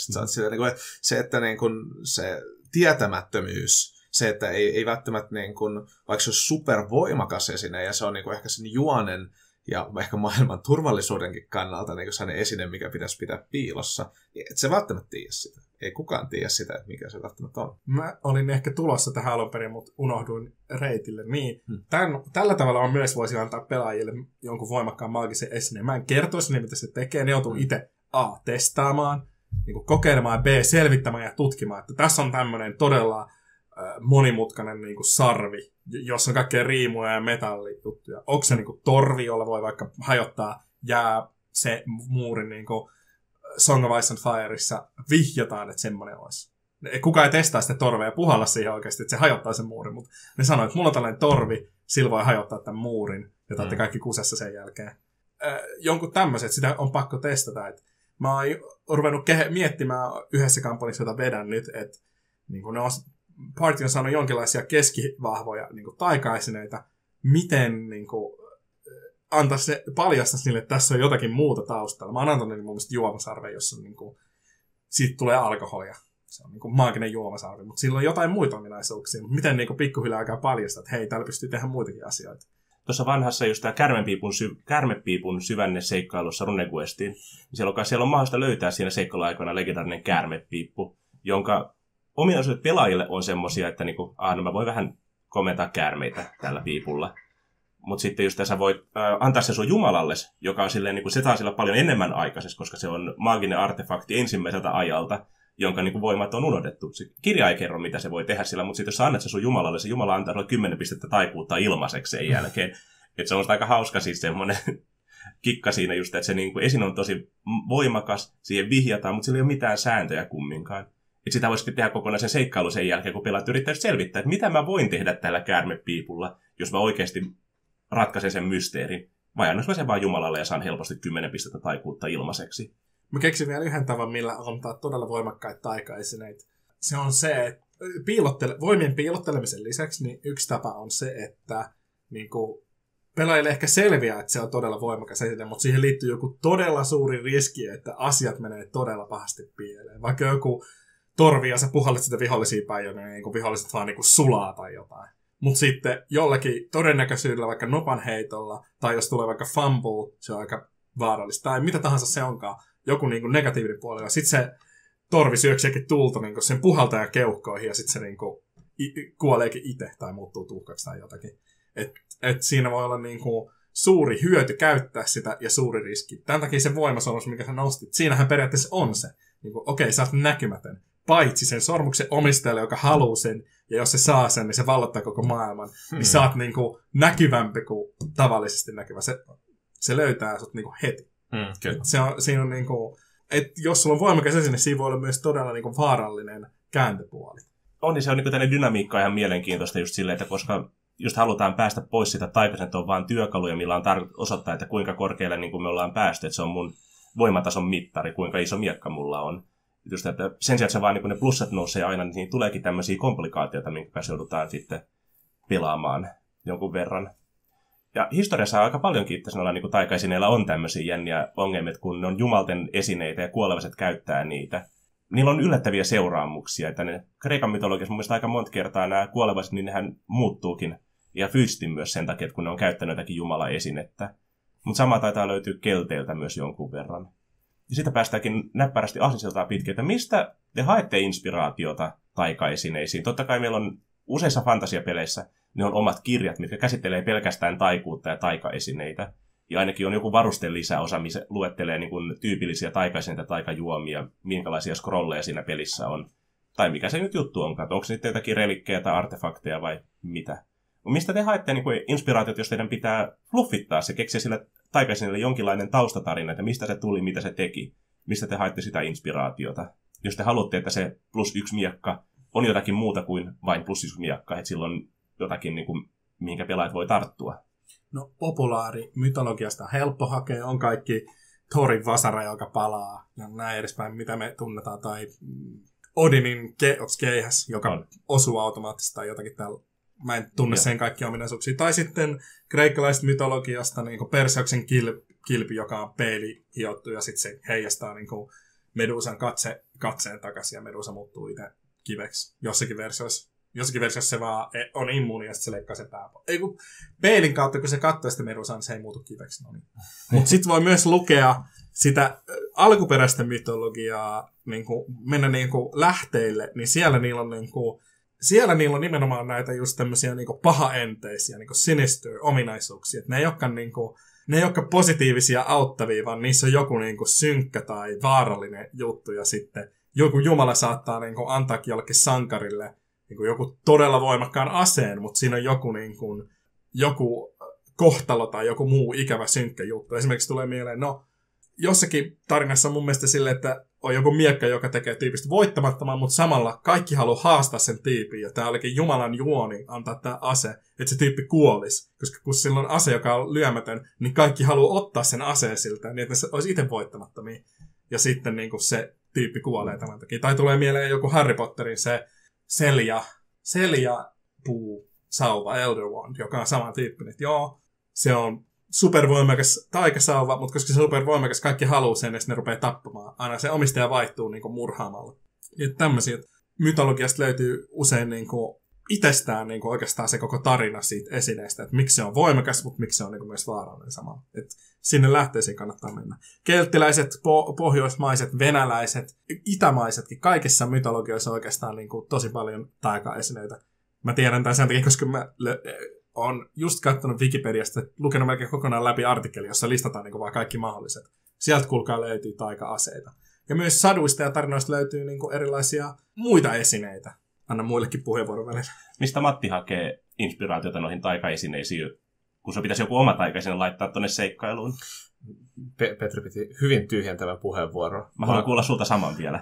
Se, että niin kun, se tietämättömyys, se, että ei välttämättä, niin kun, vaikka se on supervoimakas esine, ja se on niin kun, ehkä sen juonen ja ehkä maailman turvallisuudenkin kannalta niin sellainen esine, mikä pitäisi pitää piilossa, niin et se välttämättä tiedä sitä. Ei kukaan tiedä sitä, että mikä se välttämättä on. Mä olin ehkä tulossa tähän alun perin, mutta unohduin reitille. Niin, tällä tavalla on myös voisi antaa pelaajille jonkun voimakkaan maagisen esineen. Mä en kertoisi ne, mitä se tekee. Ne joutuu itse A, testaamaan, niin kokeilemaan, B, selvittämään ja tutkimaan. Että tässä on tämmöinen todella monimutkainen niin kuin sarvi, jossa on kaikkea riimuja ja metallijuttuja. Onko se niin kuin torvi, jolla voi vaikka hajottaa jää se muurin niin kuin Song of Ice and Fireissa vihjataan, että semmoinen olisi. Kukaan ei testaa sitä torvea ja puhalla siihen oikeasti, että se hajottaa sen muurin, mutta ne sanoo, että mulla on tällainen torvi, sillä voi hajottaa tämän muurin, ja taatte kaikki kusessa sen jälkeen. Jonkun tämmöiset, sitä on pakko testata. Että mä oon ruvennut miettimään yhdessä kampanjassa, jota vedän nyt, että niin kun Party on saanut jonkinlaisia keskivahvoja niin taikaesineitä, miten niin kuin, paljastaisi niille, että tässä on jotakin muuta taustalla. Mä oon antanut niille mun mielestä juomasarve, jossa niin kuin, siitä tulee alkoholia. Se on niin kuin maaginen juomasarve, mutta sillä on jotain muita ominaisuuksia. Miten niin kuin pikkuhiljaa alkaa paljastaa, että hei, täällä pystyy tehdä muitakin asioita. Tuossa vanhassa just tämä käärmepiipun syvänne seikkailussa Runequestiin, niin siellä on mahdollista löytää siinä seikkailuaikoina legendaarinen käärmepiippu, jonka ominaisuudet pelaajille on semmosia, että niinku, no mä voin vähän komentaa käärmeitä tällä piipulla. Mutta sitten just sä voit antaa se sun jumalalles, joka on silleen, niin kuin, se saa sillä paljon enemmän aikaisessa, koska se on maaginen artefakti ensimmäiseltä ajalta, jonka niin kuin, voimat on unohdettu. Se kirja ei kerro, mitä se voi tehdä sillä, mutta sitten jos sä annat se sun jumalalle, se jumala antaa sulle 10 pistettä taikuutta ilmaiseksi sen jälkeen. Että se on aika hauska siis semmoinen kikka siinä just, että se niin kuin, esine on tosi voimakas, siihen vihjataan, mutta sillä ei ole mitään sääntöjä kumminkaan. Että sitä voisi tehdä kokonaisen seikkailu sen jälkeen, kun pelaat yrittää selvittää, että mitä mä voin tehdä tällä käärmepiipulla, jos mä oikeasti ratkaisen sen mysteerin. Vai annas mä sen vaan Jumalalle ja saan helposti 10 pistettä taikuutta ilmaiseksi. Mä keksin vielä yhden tavan, millä antaa todella voimakkaita taikaesineitä. Se on se, että voimien piilottelemisen lisäksi niin yksi tapa on se, että niin kuin, pelaajille ehkä selviää, että se on todella voimakas esine, mutta siihen liittyy joku todella suuri riski, että asiat menee todella pahasti pieleen. Vaikka joku torvi ja sä puhallit sitä vihollisia päin, niin viholliset vaan niin kuin sulaa tai jotain. Mutta sitten jollakin todennäköisyydellä, vaikka nopan heitolla, tai jos tulee vaikka fumble, se on aika vaarallista. Tai mitä tahansa se onkaan, joku niin kuin negatiivinen puolella. Sitten se torvi syöksiäkin tulta niin kuin sen puhaltajan keuhkoihin, ja sitten se niin kuin kuoleekin itse, tai muuttuu tuhkaksi tai jotakin. Et siinä voi olla niin kuin suuri hyöty käyttää sitä, ja suuri riski. Tämän takia se voimasolus, mikä sä nostit, siinähän periaatteessa on se. Niin kuin, okei, sä oot näkymätön. Paitsi sen sormuksen omistajalle, joka haluaa sen, ja jos se saa sen, niin se vallottaa koko maailman. Niin sä oot niinku näkyvämpi kuin tavallisesti näkyvä. Se löytää sut niinku heti. Siinä on niinku, että jos sulla on voimakas esine, niin siinä voi olla myös todella niinku vaarallinen kääntöpuoli. On, niin se on niinku tänne dynamiikka ihan mielenkiintoista just silleen, että koska just halutaan päästä pois sitä taikaisen, että on vaan työkaluja, millä on osoittaa, että kuinka korkealle niin me ollaan päästy, että se on mun voimatason mittari, kuinka iso miekka mulla on. Just, että sen sijaan, että se vaan niin ne plussat nousee aina, niin tuleekin tämmöisiä komplikaatioita, minkä kanssa joudutaan sitten pelaamaan jonkun verran. Ja historiassa aika paljonkin itse noilla niin taikaesineillä on tämmöisiä jänniä ongelmia, kun ne on jumalten esineitä ja kuolevaset käyttää niitä. Niillä on yllättäviä seuraamuksia. Että ne Kreikan mytologiassa mun mielestä aika monta kertaa nämä kuolevaiset, niin nehän muuttuukin. Ja fyysisesti myös sen takia, että kun ne on käyttänyt jotakin jumala-esinettä. Mutta sama taitaa löytyä kelteiltä myös jonkun verran. Ja siitä päästäänkin näppärästi aasinsiltaan pitkin, että mistä te haette inspiraatiota taikaesineisiin. Totta kai meillä on useissa fantasiapeleissä ne on omat kirjat, mitkä käsittelee pelkästään taikuutta ja taikaesineitä. Ja ainakin on joku varusten lisäosa, missä luettelee niin kuin tyypillisiä taikaesineitä, taikajuomia, minkälaisia scrolleja siinä pelissä on. Tai mikä se nyt juttu onkaan. Onko se nyt jotakin relikkejä tai artefakteja vai mitä? Mistä te haette niin kuin inspiraatiot, jos teidän pitää fluffittaa se, keksiä sillä taikaesineelle jonkinlainen taustatarina, että mistä se tuli, mitä se teki? Mistä te haette sitä inspiraatiota? Jos te haluatte, että se +1 miekka on jotakin muuta kuin vain +1 miekka, että silloin jotakin, niin kuin, mihinkä pelaajat voi tarttua. No populaari mytologiasta on helppo hakea, on kaikki Thorin vasara, joka palaa, ja näin edespäin, mitä me tunnetaan, tai Odinin keihäs, joka osuu automaattisesti tai jotakin tällä. Mä en tunne sen kaikkia ominaisuuksia. Tai sitten kreikkalaisesta mytologiasta niin Perseuksen kilpi, joka on peili hiottu, ja sitten se heijastaa niin Medusan katseen takaisin, ja Medusa muuttuu itse kiveksi. Jossakin versiossa se vaan on immuuni, ja sitten se leikkaa sen pääpä. Ei kun peilin kautta, kun se katsoo sitä Medusaa, niin se ei muutu kiveksi. No niin. Mutta sitten voi myös lukea sitä alkuperäistä mytologiaa, niin mennä niin lähteille, niin siellä niillä on nimenomaan näitä just tämmöisiä niin pahaenteisiä, niin sinister-ominaisuuksia. Ne ei olekaan positiivisia auttavia, vaan niissä on joku niin synkkä tai vaarallinen juttu, ja sitten joku jumala saattaa niin antaakin jollekin sankarille niin joku todella voimakkaan aseen, mutta siinä on joku kohtalo tai joku muu ikävä synkkä juttu. Esimerkiksi tulee mieleen, jossakin tarinassa on mun mielestä silleen, että on joku miekka, joka tekee tyypistä voittamattoman, mutta samalla kaikki haluaa haastaa sen tyypin, ja tämä olikin Jumalan juoni antaa tämä ase, että se tyyppi kuolisi, koska kun sillä on ase, joka on lyömätön, niin kaikki haluaa ottaa sen aseen siltä, niin että se olisi itse voittamattomia, ja sitten se tyyppi kuolee tämän takia. Tai tulee mieleen joku Harry Potterin se seljapuu sauva, Elder Wand, joka on saman tyyppinen, että joo, se on supervoimakas taikasauva, mutta koska se on supervoimakas, kaikki haluaa sen, ja sitten ne rupeaa tappamaan. Aina se omistaja vaihtuu niin kuin murhaamalla. Ja tämmöisiä mytologiasta löytyy usein niin kuin itsestään niin kuin oikeastaan se koko tarina siitä esineestä, että miksi se on voimakas, mutta miksi se on niin kuin myös vaarallinen samalla. Että sinne lähteisiin kannattaa mennä. Kelttiläiset, pohjoismaiset, venäläiset, itämaisetkin, kaikissa mytologioissa on oikeastaan niin kuin tosi paljon taikaesineitä. Mä tiedän tämän sen takia, koska mä on just katsonut Wikipediasta, lukenut melkein kokonaan läpi artikkeli, jossa listataan niin vaan kaikki mahdolliset. Sieltä kuulkaa löytyy taika-aseita. Ja myös saduista ja tarinoista löytyy niin erilaisia muita esineitä. Anna muillekin puheenvuoron välillä. Mistä Matti hakee inspiraatiota noihin taikaesineisiin, kun se pitäisi joku oma taikaesine laittaa tuonne seikkailuun? Petri piti hyvin tyhjentävän puheenvuoron. Mä haluan kuulla sulta saman vielä.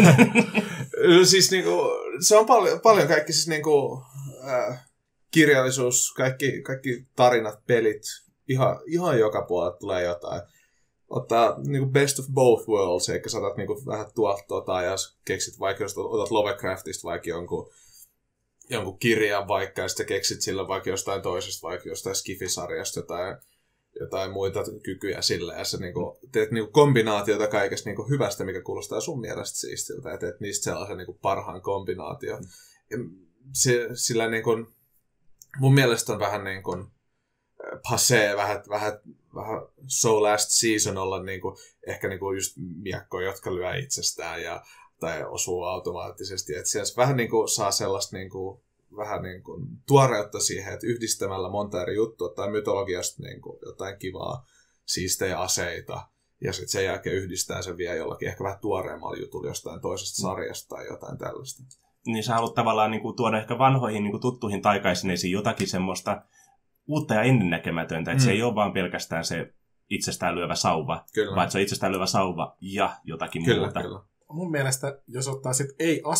Siis niinku, se on paljon kaikki siis niinku, kirjallisuus, kaikki tarinat, pelit, ihan joka puolella tulee jotain. Ottaa niinku best of both worlds, eikä saatat niinku vähän tuolta ja keksit vaikka, jos otat Lovecraftista vaikka jonkun kirjan vaikka, ja sitten keksit sillä vaikka jostain toisesta, vaikka jostain Skifi-sarjasta jotain muita kykyjä sillä, ja sä niinku teet niinku kombinaatiota kaikesta niinku hyvästä, mikä kuulostaa sun mielestä siistiltä, ja teet niistä sellaisen niinku parhaan kombinaation. Sillä niinku, mun mielestä on vähän niin kuin passé, vähän so last season olla niinku, ehkä niinku just miekkoja, jotka lyö itsestään tai osuu automaattisesti. Et siellä vähän niinku saa sellaista niinku, vähän niinku tuoreutta siihen, että yhdistämällä monta eri juttua tai mytologiasta niinku jotain kivaa, siistejä aseita, ja sitten sen jälkeen yhdistää sen vielä jollakin ehkä vähän tuoreemmalla jutulla jostain toisesta sarjasta tai jotain tällaista. Niin sä haluat tavallaan niinku tuoda ehkä vanhoihin niinku tuttuihin taikaesineisiin jotakin semmoista uutta ja ennennäkemätöntä, että se ei ole vaan pelkästään se itsestään lyövä sauva, Kyllä. vaan se on itsestään lyövä sauva ja jotakin muuta. Kyllä. Mun mielestä, jos ottaa sit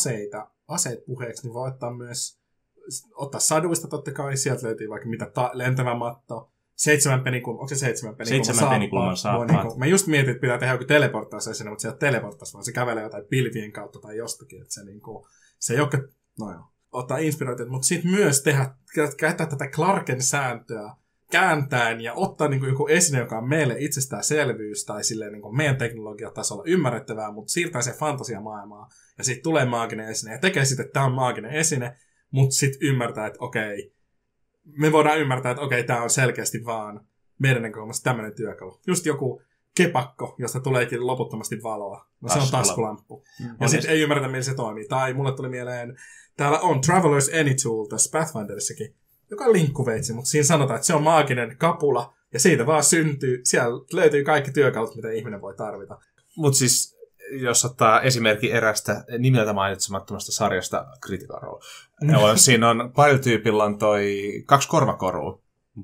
aseet puheeksi, niin voi ottaa myös saduista totta kai. Sieltä löytyy vaikka mitä lentävä matto, 7 penikulman, onko se 7 penikulman saappaat? Mä just mietin, että pitää tehdä joku teleporttausesine, mutta se ei ole teleporttaus, vaan se kävelee jotain pilvien kautta tai jostakin. Että se ei ole, no joo, ottaa inspiraatiota, mutta sitten myös käyttää tätä Clarken sääntöä kääntäen ja ottaa niin kuin joku esine, joka on meille itsestäänselvyys tai silleen niin kuin meidän teknologiatasolla ymmärrettävää, mutta siirtää sen fantasiamaailmaan ja sitten tulee maaginen esine ja tekee sitten, että tämä on maaginen esine, mutta sitten ymmärtää, että okei, me voidaan ymmärtää, että okei, tämä on selkeästi vaan meidän näkökulmasta tämmöinen työkalu. Just joku kepakko, josta tuleekin loputtomasti valoa. No se on taskulamppu. Ja sitten ei ymmärretä, millä se toimii. Tai mulle tuli mieleen, täällä on Traveler's Any Tool tässä Pathfinderissakin, joka on linkkuveitsi, mutta siinä sanotaan, että se on maaginen kapula, ja siitä vaan syntyy, siellä löytyy kaikki työkalut, mitä ihminen voi tarvita. Mutta siis, jos ottaa esimerkki erästä nimeltä mainitsemattomasta sarjasta Critical Role, siinä on parityypillä on 2 korvakorua,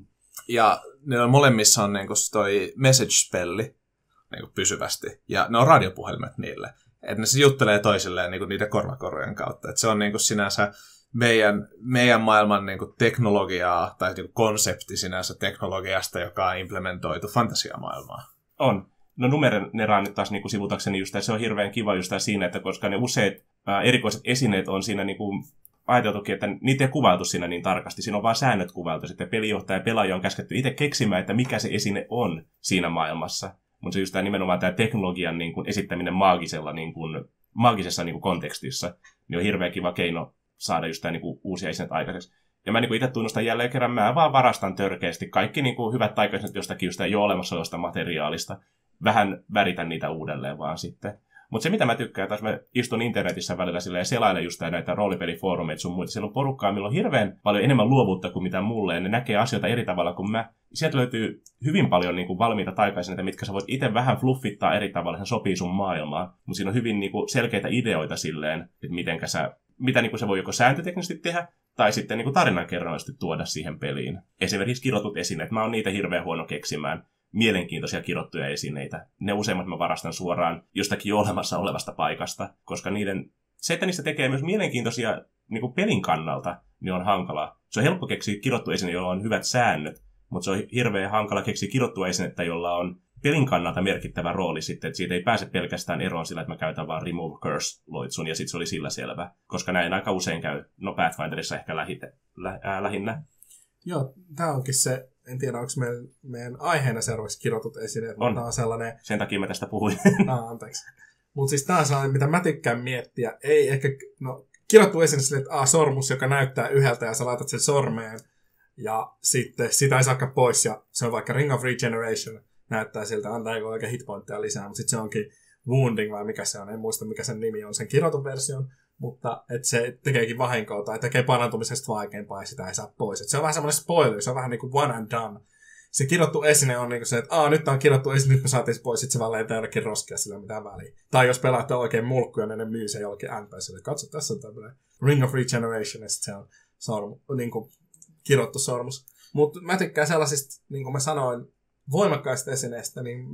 ja ne on molemmissa on niinku toi message-spelli niinku pysyvästi, ja ne on radiopuhelimet niille. Että ne se juttelee toisilleen niinku niiden korvakorujen kautta. Et se on niinku sinänsä meidän maailman niinku teknologiaa, tai niinku konsepti sinänsä teknologiasta, joka on implementoitu fantasiamaailmaan. On. No numeroneraan nyt taas niinku sivutakseni just, se on hirveän kiva just siinä, että koska ne useat erikoiset esineet on siinä niinku ajateltukin, että niitä ei kuvailtu siinä niin tarkasti. Siinä on vaan säännöt kuvailtu. Sitten pelijohtaja ja pelaaja on käsketty itse keksimään, että mikä se esine on siinä maailmassa. Mutta se just nimenomaan tämä teknologian niin kuin esittäminen maagisessa niin kuin kontekstissa, niin on hirveän kiva keino saada just tämä niin kuin uusia esineitä aikaiseksi. Ja mä niin kuin itse tunnustan jälleen kerran, mä vaan varastan törkeästi kaikki niin kuin hyvät taikaisineet jostakin just jo olemassa olevasta materiaalista. Vähän väritän niitä uudelleen vaan sitten. Mutta se, mitä mä tykkään, taas mä istun internetissä välillä sillä ja selailen just näitä roolipelifoorumeita sun muita. Siellä on porukkaa, millä on hirveän paljon enemmän luovuutta kuin mitä mulle. Ja ne näkee asioita eri tavalla kuin mä. Sieltä löytyy hyvin paljon niin kuin valmiita taikaisineita, mitkä sä voit itse vähän fluffittaa eri tavalla. Se sopii sun maailmaan. Mutta siinä on hyvin niin kuin selkeitä ideoita silleen, että mitä niin kuin se voi joko sääntöteknisesti tehdä, tai sitten niin kuin tarinankerronnallisesti tuoda siihen peliin. Esimerkiksi kirjoitut esineet. Mä oon niitä hirveän huono keksimään. Mielenkiintoisia kirjoittuja esineitä. Ne useimmat mä varastan suoraan jostakin jo olemassa olevasta paikasta, koska se, että niistä tekee myös mielenkiintoisia niin kuin pelin kannalta, niin on hankalaa. Se on helppo keksiä kirjoittu esine, jolla on hyvät säännöt, mutta se on hirveän hankala keksiä kirjoittua esinettä, jolla on pelin kannalta merkittävä rooli sitten, että siitä ei pääse pelkästään eroon sillä, että mä käytän vaan Remove Curse-loitsun, ja sitten se oli sillä selvä, koska näin aika usein käy, Pathfinderissa ehkä lähinnä. Joo, tämä onkin se, en tiedä, onko meidän aiheena seuraavaksi kirjoitut esineet, mutta tämä on sellainen... Sen takia mä tästä puhuin. Anteeksi. Mutta siis tämä on sellainen, mitä mä tykkään miettiä. Ei ehkä, kirjoittu esine silleen, että sormus, joka näyttää yhdeltä ja sä laitat sen sormeen ja sitten sitä ei saakaan pois ja se on vaikka Ring of Regeneration, näyttää siltä, antaa oikein hitpointteja lisää, mutta sitten se onkin Wounding vai mikä se on, en muista mikä sen nimi on, sen kirjoitun version. mutta että se tekeekin vahinkoa tai tekee parantumisesta vaikeampaa ja sitä ei saa pois. Et se on vähän semmoinen spoiler, se on vähän niin kuin one and done. Se kirjoittu esine on niin kuin se, että nyt on kirjoittu esine, nyt me saatiin pois, sitten se vaan lentää jonnekin roskia, sillä mitään väliä. Tai jos pelaatte oikein mulkkuja, niin ne myy se jollekin NPClle. Katso, tässä on tämmöinen Ring of Regeneration, ja sitten se on niin kuin kirjoittu sormus. Mutta mä tykkään sellaisista, niin kuin mä sanoin, voimakkaista esineistä, niin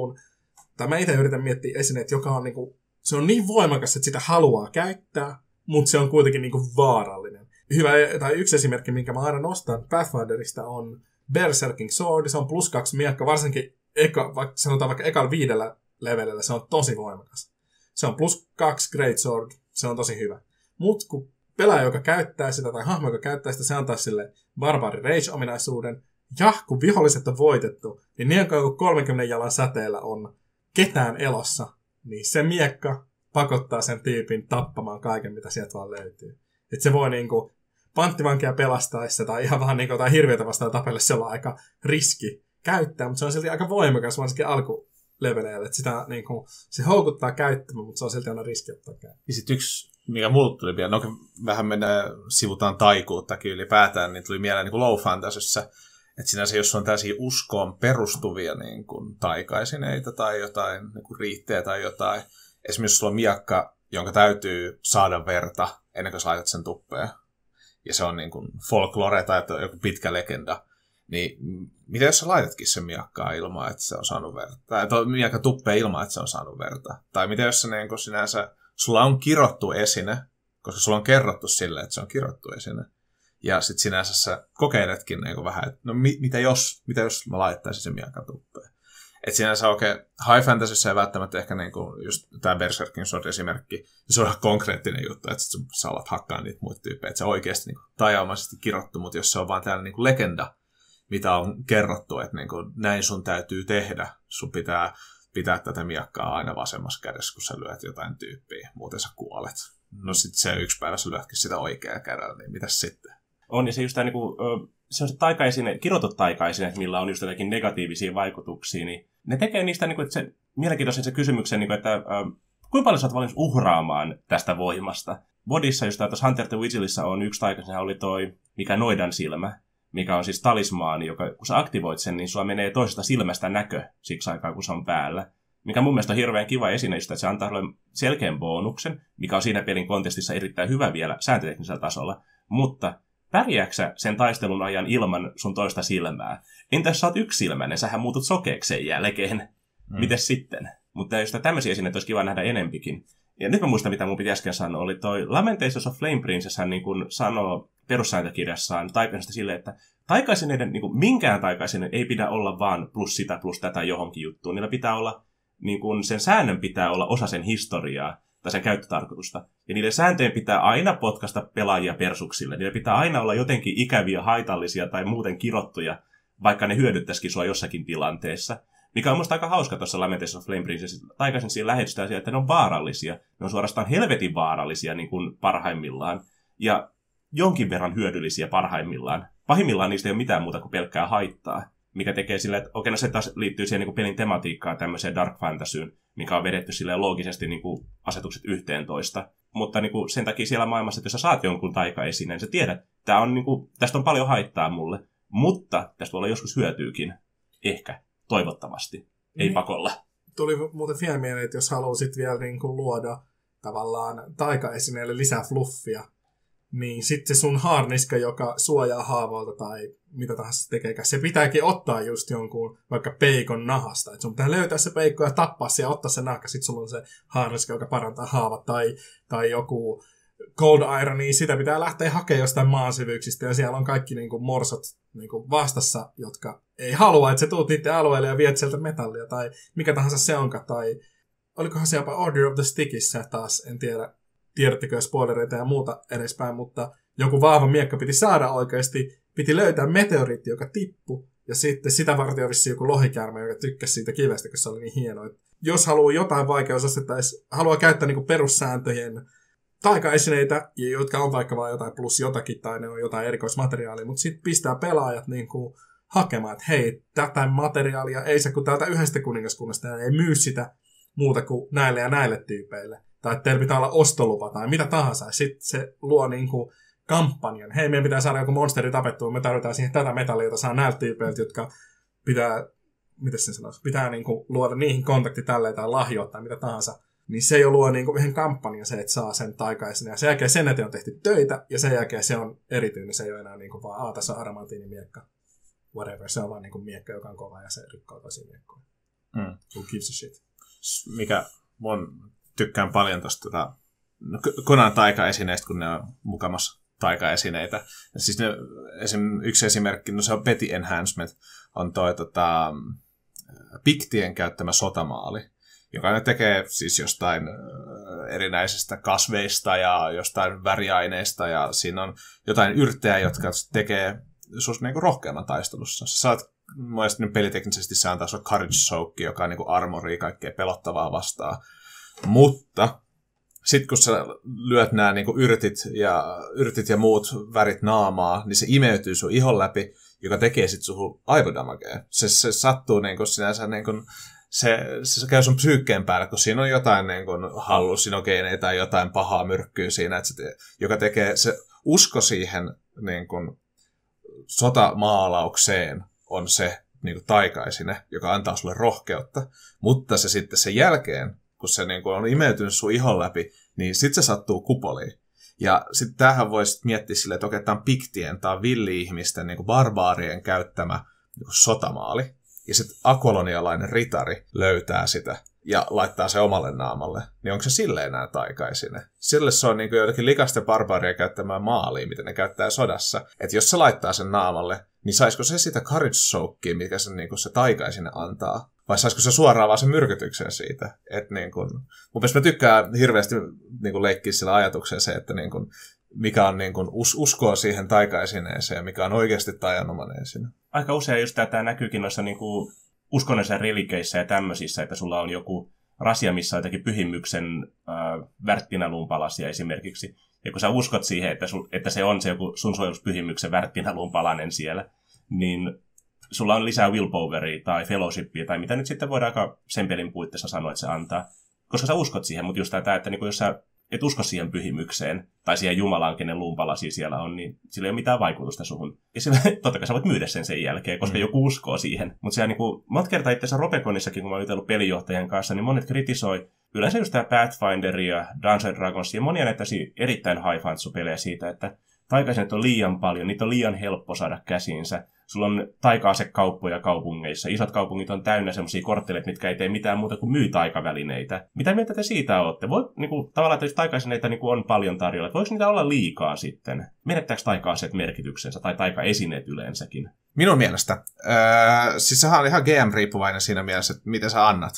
mä itse yritän miettiä esineet, joka on niinku, se on niin voimakas, että sitä haluaa käyttää, mutta se on kuitenkin niinku vaarallinen. Yksi esimerkki, minkä mä aina nostan Pathfinderista on Berserking Sword, se on +2 miekka, varsinkin sanotaan vaikka ekalla 5 levelillä, se on tosi voimakas. Se on +2 Great Sword, se on tosi hyvä. Mutta kun pelaaja, joka käyttää sitä, tai hahmo, joka käyttää sitä, se antaa sille Barbari Rage-ominaisuuden, ja kun viholliset on voitettu, niin niin kauan kuin 30 jalan säteellä on ketään elossa, niin se miekka pakottaa sen tyypin tappamaan kaiken, mitä sieltä vaan löytyy. Että se voi niinku panttivankia pelastaessa tai ihan vähän niinku jotain hirviötä vastaan tapelle, se on aika riski käyttää, mutta se on silti aika voimakas, varsinkin alkuleveleillä. Että sitä niinku, se houkuttaa käyttämään, mutta se on silti aina riski ottaa käyttämään. Ja sitten yksi, mikä mulle tuli vielä, vähän sivutaan taikuuttakin ylipäätään, niin tuli mieleen niin low fantasyssä. Että sinänsä, jos on tällaisia uskoon perustuvia niin kuin taikaisineita tai jotain niin kuin riittejä tai jotain. Esimerkiksi jos sulla on miekka, jonka täytyy saada verta ennen kuin sä laitat sen tuppeen. Ja se on niin kuin folklore tai joku pitkä legenda. Niin mitä jos sä laitatkin sen miekkaa ilman, että se on saanut verta? Tai miekka tuppeen ilman, että se on saanut verta? Tai mitä jos se niin kuin sinänsä, sulla on kirottu esine, koska sulla on kerrottu silleen, että se on kirottu esine. Ja sitten sinänsä sä kokeiletkin niin vähän, että no mitä jos mä laittaisin sen miekkan tuppeen. Että sinänsä high fantasyssä ei välttämättä ehkä niin kuin just tämä Berserking Sword esimerkki, se on ihan konkreettinen juttu, että sä alat hakkaa niitä muita tyyppejä, että se on oikeasti niin tajamaisesti kirottu, mutta jos se on vaan tällainen niin kuin legenda, mitä on kerrottu, että niin kuin näin sun täytyy tehdä, sun pitää tätä miekkaa aina vasemmassa kädessä, kun sä lyöt jotain tyyppiä, muuten sä kuolet. No sitten se yksi päivä sä lyötkin sitä oikeaa kädellä, niin mitäs sitten? On, ja se just tämä niinku, se on se taikaisine, kirjoitut taikaisineet, millä on just jotakin negatiivisia vaikutuksia, niin ne tekee niistä niinku, että se mielenkiintoisen se kysymyksen, niinku, että kuinka paljon sä oot valmis uhraamaan tästä voimasta. Bodissa, just tuossa Hunter the Vigilissa on yksi taikaisine, oli toi, mikä noidan silmä, mikä on siis talismaani, joka kun sä aktivoit sen, niin sulla menee toisesta silmästä näkö siksi aikaa, kun se on päällä. Mikä mun mielestä on hirveän kiva esine, että se antaa sulle selkeän bonuksen, mikä on siinä pelin kontestissa erittäin hyvä vielä sääntöteknisellä tasolla, mutta pärjääksä sen taistelun ajan ilman sun toista silmää? Entäs sä oot yksilmäinen, sähän muutut sokeeksi sen jälkeen. Mites sitten? Mutta jos tämmöisiä esineitä olisi kiva nähdä enempikin. Ja nyt mä muistan, mitä mun piti äsken sanoa, oli toi Lamentations of Flame Princess, hän niin kuin sanoo perussääntökirjassaan taikaisesta silleen, että taikaisineiden, niin kuin minkään taikaisinen ei pidä olla vaan plus sitä plus tätä johonkin juttuun. Niillä pitää olla, niin kuin sen säännön pitää olla osa sen historiaa tai sen käyttötarkoitusta. Ja niiden sääntöjen pitää aina potkasta pelaajia persuksille. Niillä pitää aina olla jotenkin ikäviä, haitallisia tai muuten kirottuja, vaikka ne hyödyttäisikin sua jossakin tilanteessa. Mikä on musta aika hauska tuossa Lamentations of Flame Princess. Taikaisin siinä lähetystä että ne on vaarallisia. Ne on suorastaan helvetin vaarallisia niin kuin parhaimmillaan. Ja jonkin verran hyödyllisiä parhaimmillaan. Pahimmillaan niistä ei ole mitään muuta kuin pelkkää haittaa. Mikä tekee silleen, että okei, no se taas liittyy siihen niin kuin pelin tematiikkaan, tämmöiseen dark fantasyyn, mikä on vedetty silleen loogisesti niin kuin asetukset 11. Mutta niin kuin sen takia siellä maailmassa, että jos sä saat jonkun taikaesineen, sä tiedät, että niin kuin, tästä on paljon haittaa mulle, mutta tästä voi olla joskus hyötyykin. Ehkä. Toivottavasti. Ei pakolla. Tuli muuten vielä mieleen, että jos haluaisit vielä niin kuin luoda tavallaan taikaesineelle lisää fluffia, niin sitten se sun haarniska, joka suojaa haavoilta tai mitä tahansa tekeekään, se pitääkin ottaa just jonkun vaikka peikon nahasta. Et sun pitää löytää se peikko ja tappaa se ja ottaa se nahka. Sitten sulla on se haarniska, joka parantaa haavat tai joku Cold Iron, niin sitä pitää lähteä hakemaan jostain maansyvyyksistä. Ja siellä on kaikki niinku morsot niinku vastassa, jotka ei halua, että sä tuut niiden alueelle ja viet sieltä metallia tai mikä tahansa se onkaan. Tai olikohan se jopa Order of the Stickissä taas, en tiedä. Tiedättekö spoilereita ja muuta edespäin, mutta joku vahva miekka piti saada oikeasti, piti löytää meteoriitti, joka tippui, ja sitten sitä varten on vissiin joku lohikäärme, joka tykkäsi siitä kivestä, kun se oli niin hieno. Et jos haluaa jotain vaikeusastetta, haluaa käyttää niinku perussääntöjen taikaesineitä, jotka on vaikka vain jotain plus jotakin, tai ne on jotain erikoismateriaalia, mutta sitten pistää pelaajat niinku hakemaan, että hei, tätä materiaalia ei se kun täältä yhdestä kuningaskunnasta ei myy sitä muuta kuin näille ja näille tyypeille. tai että teillä pitää olla ostolupa tai mitä tahansa. Sitten se luo niinku kampanjan. Hei, meidän pitää saada joku monsteri tapettua, me tarvitaan siihen tätä metallia, jota saa näiltä tyypeiltä, jotka pitää, miten sen sanoisi, pitää niinku luoda niihin kontakti tälleen tai lahjoa tai mitä tahansa. Niin se jo luo niinku yhden kampanjan se, että saa sen taikaisen. Ja sen jälkeen sen eteen on tehty töitä, ja sen jälkeen se on erityinen. Se ei ole enää niinku vaan, tässä on adamantiinimiekka. Whatever, se on vaan niinku miekka, joka on kova ja se rikkoo tosi miekkoja. Who gives a shit? Mikä tykkään paljon tuosta Konan taikaesineistä, kun ne on mukamassa taikaesineitä. Ja siis yksi esimerkki, no se on Petty Enhancement, on toi Piktien käyttämä sotamaali, joka ne tekee siis jostain erinäisistä kasveista ja jostain väriaineista, ja siinä on jotain yrttejä, jotka tekee sus niinku rohkeamman taistelussa. Sä saat, mielestäni peliteknisesti se antaa sulle Courage Soak, joka on niinku armoria kaikkea pelottavaa vastaan. Mutta sitten kun sä lyöt nämä niinku yrtit ja muut värit naamaa, niin se imeytyy sun ihon läpi, joka tekee sitten suhun aivodamagea. Se sattuu niinku sinänsä niinku, se käy sun psyykkeen päälle, kun siinä on jotain niinku hallusinogeneja tai jotain pahaa myrkkyä siinä, joka tekee se usko siihen niinku sotamaalaukseen on se niinku taikaisine, joka antaa sulle rohkeutta, mutta se sitten sen jälkeen, kun se niinku on imeytynyt sun ihon läpi, niin sitten se sattuu kupoliin. Ja sitten tämähän voisi miettiä silleen, että okei, tämä on piktien, tämä on villi-ihmisten, niinku barbaarien käyttämä niinku sotamaali. Ja sitten akolonialainen ritari löytää sitä ja laittaa se omalle naamalle. Niin onko se silleen enää taikaisine? Sille se on niinku jotenkin likaisten barbaaria käyttämään maalia, mitä ne käyttää sodassa. Että jos se laittaa sen naamalle, niin saisiko se sitä courage soakia, mikä se, niinku se taikaisine antaa? Vai saisiko se suoraan vaan sen myrkytyksen siitä? Että niinku, mun mielestä mä tykkään hirveästi niinku leikkiä sillä ajatuksella se, että niinku, mikä on niinku uskoa siihen taikaisineeseen ja mikä on oikeasti taianomainen esine. Aika usein just tämä näkyykin noissa niinku uskonnollisissa relikeissä ja tämmöisissä, että sulla on joku rasia, missä on jotenkin pyhimyksen värttinäluun palasia esimerkiksi. Ja kun sä uskot siihen, että se on se joku sun suojeluspyhimyksen värttinäluun palanen siellä, niin sulla on lisää willpoweria tai fellowshipia tai mitä nyt sitten voidaan sen pelin puitteissa sanoa, että se antaa. Koska sä uskot siihen, mutta just tämä, että jos sä et usko siihen pyhimykseen tai siihen Jumalaan, kenen luunpalasia siellä on, niin sillä ei ole mitään vaikutusta suhun. Ja sillä, totta kai sä voit myydä sen jälkeen, koska joku uskoo siihen. Mutta siellä niin monta kertaa itse asiassa Robeconissakin, kun mä oon jutellut pelijohtajan kanssa, niin monet kritisoi yleensä just tämä Pathfinderia, Dungeons & Dragonsia ja monia näitä erittäin high fantasy-pelejä siitä, että taikaiset on liian paljon, niitä on liian helppo saada käsiinsä. Sulla on taika-asekauppoja kaupungeissa. Isot kaupungit on täynnä semmoisia kortteleita, mitkä ei tee mitään muuta kuin myy taikavälineitä. Mitä mieltä te siitä olette? Tavallaan, että jos taikaesineitä on paljon tarjolla, voiko niitä olla liikaa sitten? Menettääkö taika-aseet merkityksensä tai taikaesineet yleensäkin? Minun mielestä. Siis sehän on ihan GM-riippuvainen siinä mielessä, että miten sä annat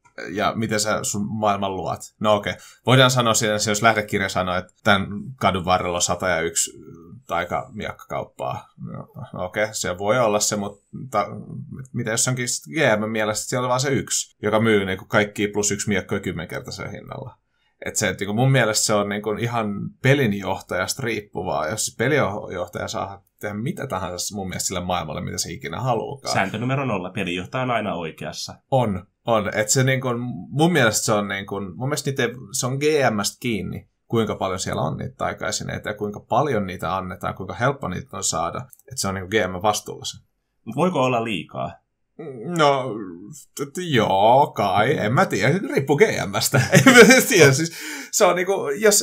ja miten sä sun maailman luot. No okei. Voidaan sanoa siinä, jos lähdekirja sanoo, että tämän kadun varrella on 101 taikamiakkakauppaa. No okei, se voi olla se, mutta mitä jos onkin GM-mielestä, että siellä on vaan se yksi, joka myy niin kuin kaikki plus yksi miakkoja 10-kertaisen hinnalla. Että se, että mun mielestä se on niin kuin ihan pelinjohtajasta riippuvaa. Jos pelinjohtaja saa tehdä mitä tahansa mun mielestä sille maailmalle, mitä se ikinä haluukaan. Sääntö numero 0. Pelinjohtaja on aina oikeassa. On. Että se niin kuin, mun mielestä se on niin kuin, mun mielestä se on GM:stä kiinni, kuinka paljon siellä on niitä taikaesineitä ja kuinka paljon niitä annetaan, kuinka helppo niitä on saada. Että se on niin kuin GM vastuulla se. Mutta voiko olla liikaa? No, joo, kai. En mä tiedä. Riippuu GM:stä. En tiedä. Siis, se on niinku,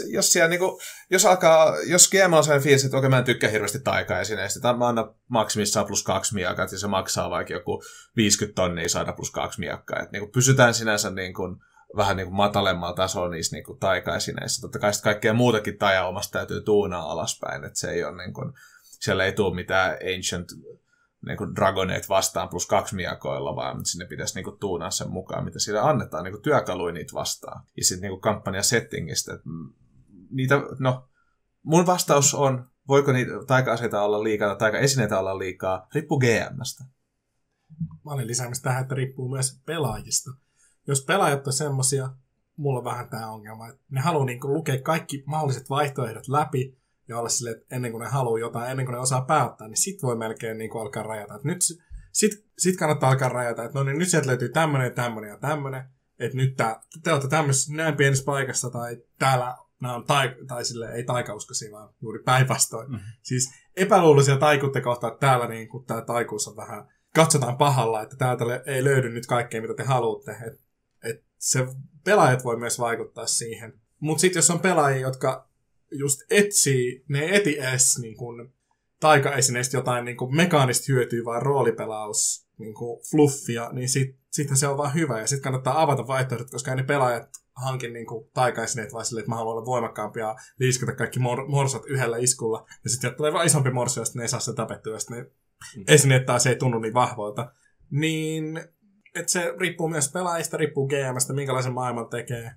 jos GM on sellainen fiilis, että okei, mä en tykkää hirveästi taikaesineistä. Mä annan maksimissaan plus 2 miakat, ja se maksaa vaikka joku 50 tonnia saada plus 2 miakkaa. Että niinku pysytään sinänsä niinku vähän niinku matalemmalla tasolla niissä niinku taikaisineissä. Totta kai kaikkea muutakin taiaomasta täytyy tuunaa alaspäin. Että se ei ole niinku, siellä ei tule mitään ancient niinku Dragoneet vastaan plus 2 miakoilla, vaan sinne pitäisi niinku tuunaa sen mukaan, mitä siellä annetaan niinku työkaluja niitä vastaan. Ja sitten niinku kampanjasettingistä. Niitä, no, mun vastaus on, voiko niitä taika-aseita olla liikaa tai taika-esineitä olla liikaa, riippuu GM:stä. Mä olin lisäämässä tähän, että riippuu myös pelaajista. Jos pelaajat on semmosia, mulla on vähän tää ongelma, että ne haluaa niinku lukea kaikki mahdolliset vaihtoehdot läpi, ja olla silleen, että ennen kuin ne haluaa jotain, ennen kuin ne osaa päättää, niin sit voi melkein niin kuin alkaa rajata. Nyt sit kannattaa alkaa rajata, että no niin, nyt sieltä löytyy tämmönen ja tämmönen ja tämmönen. että nyt te olette tämmöisessä näin pienessä paikassa tai täällä nämä on tai sille ei taikauskoisia, vaan juuri päinvastoin. Siis epäluuloisia taikuutta kohtaa, että täällä niin kuin tämä taikuus on vähän, katsotaan pahalla, että täältä ei löydy nyt kaikkea, mitä te haluatte. Et se pelaajat voi myös vaikuttaa siihen. Mutta sitten jos on pelaajia, jotka just ne eti edes niin kuin taikaesineistä jotain niin kuin mekaanista hyötyä, vaan roolipelaus, niin kuin fluffia, niin sitten se on vaan hyvä. Ja sitten kannattaa avata vaihtoehdot, koska ei ne pelaajat hankin niin kuin taikaesineet vaan silleen, että mä haluan olla voimakkaampi ja liiskata kaikki morsat yhdellä iskulla. Ja sitten tulee vaan isompi morso, ja sitten ne ei saa sitä tapettua, ja sitten ne esineet taas ei tunnu niin vahvoilta. Niin, että se riippuu myös pelaajista, riippuu GM:stä, minkälaisen maailman tekee.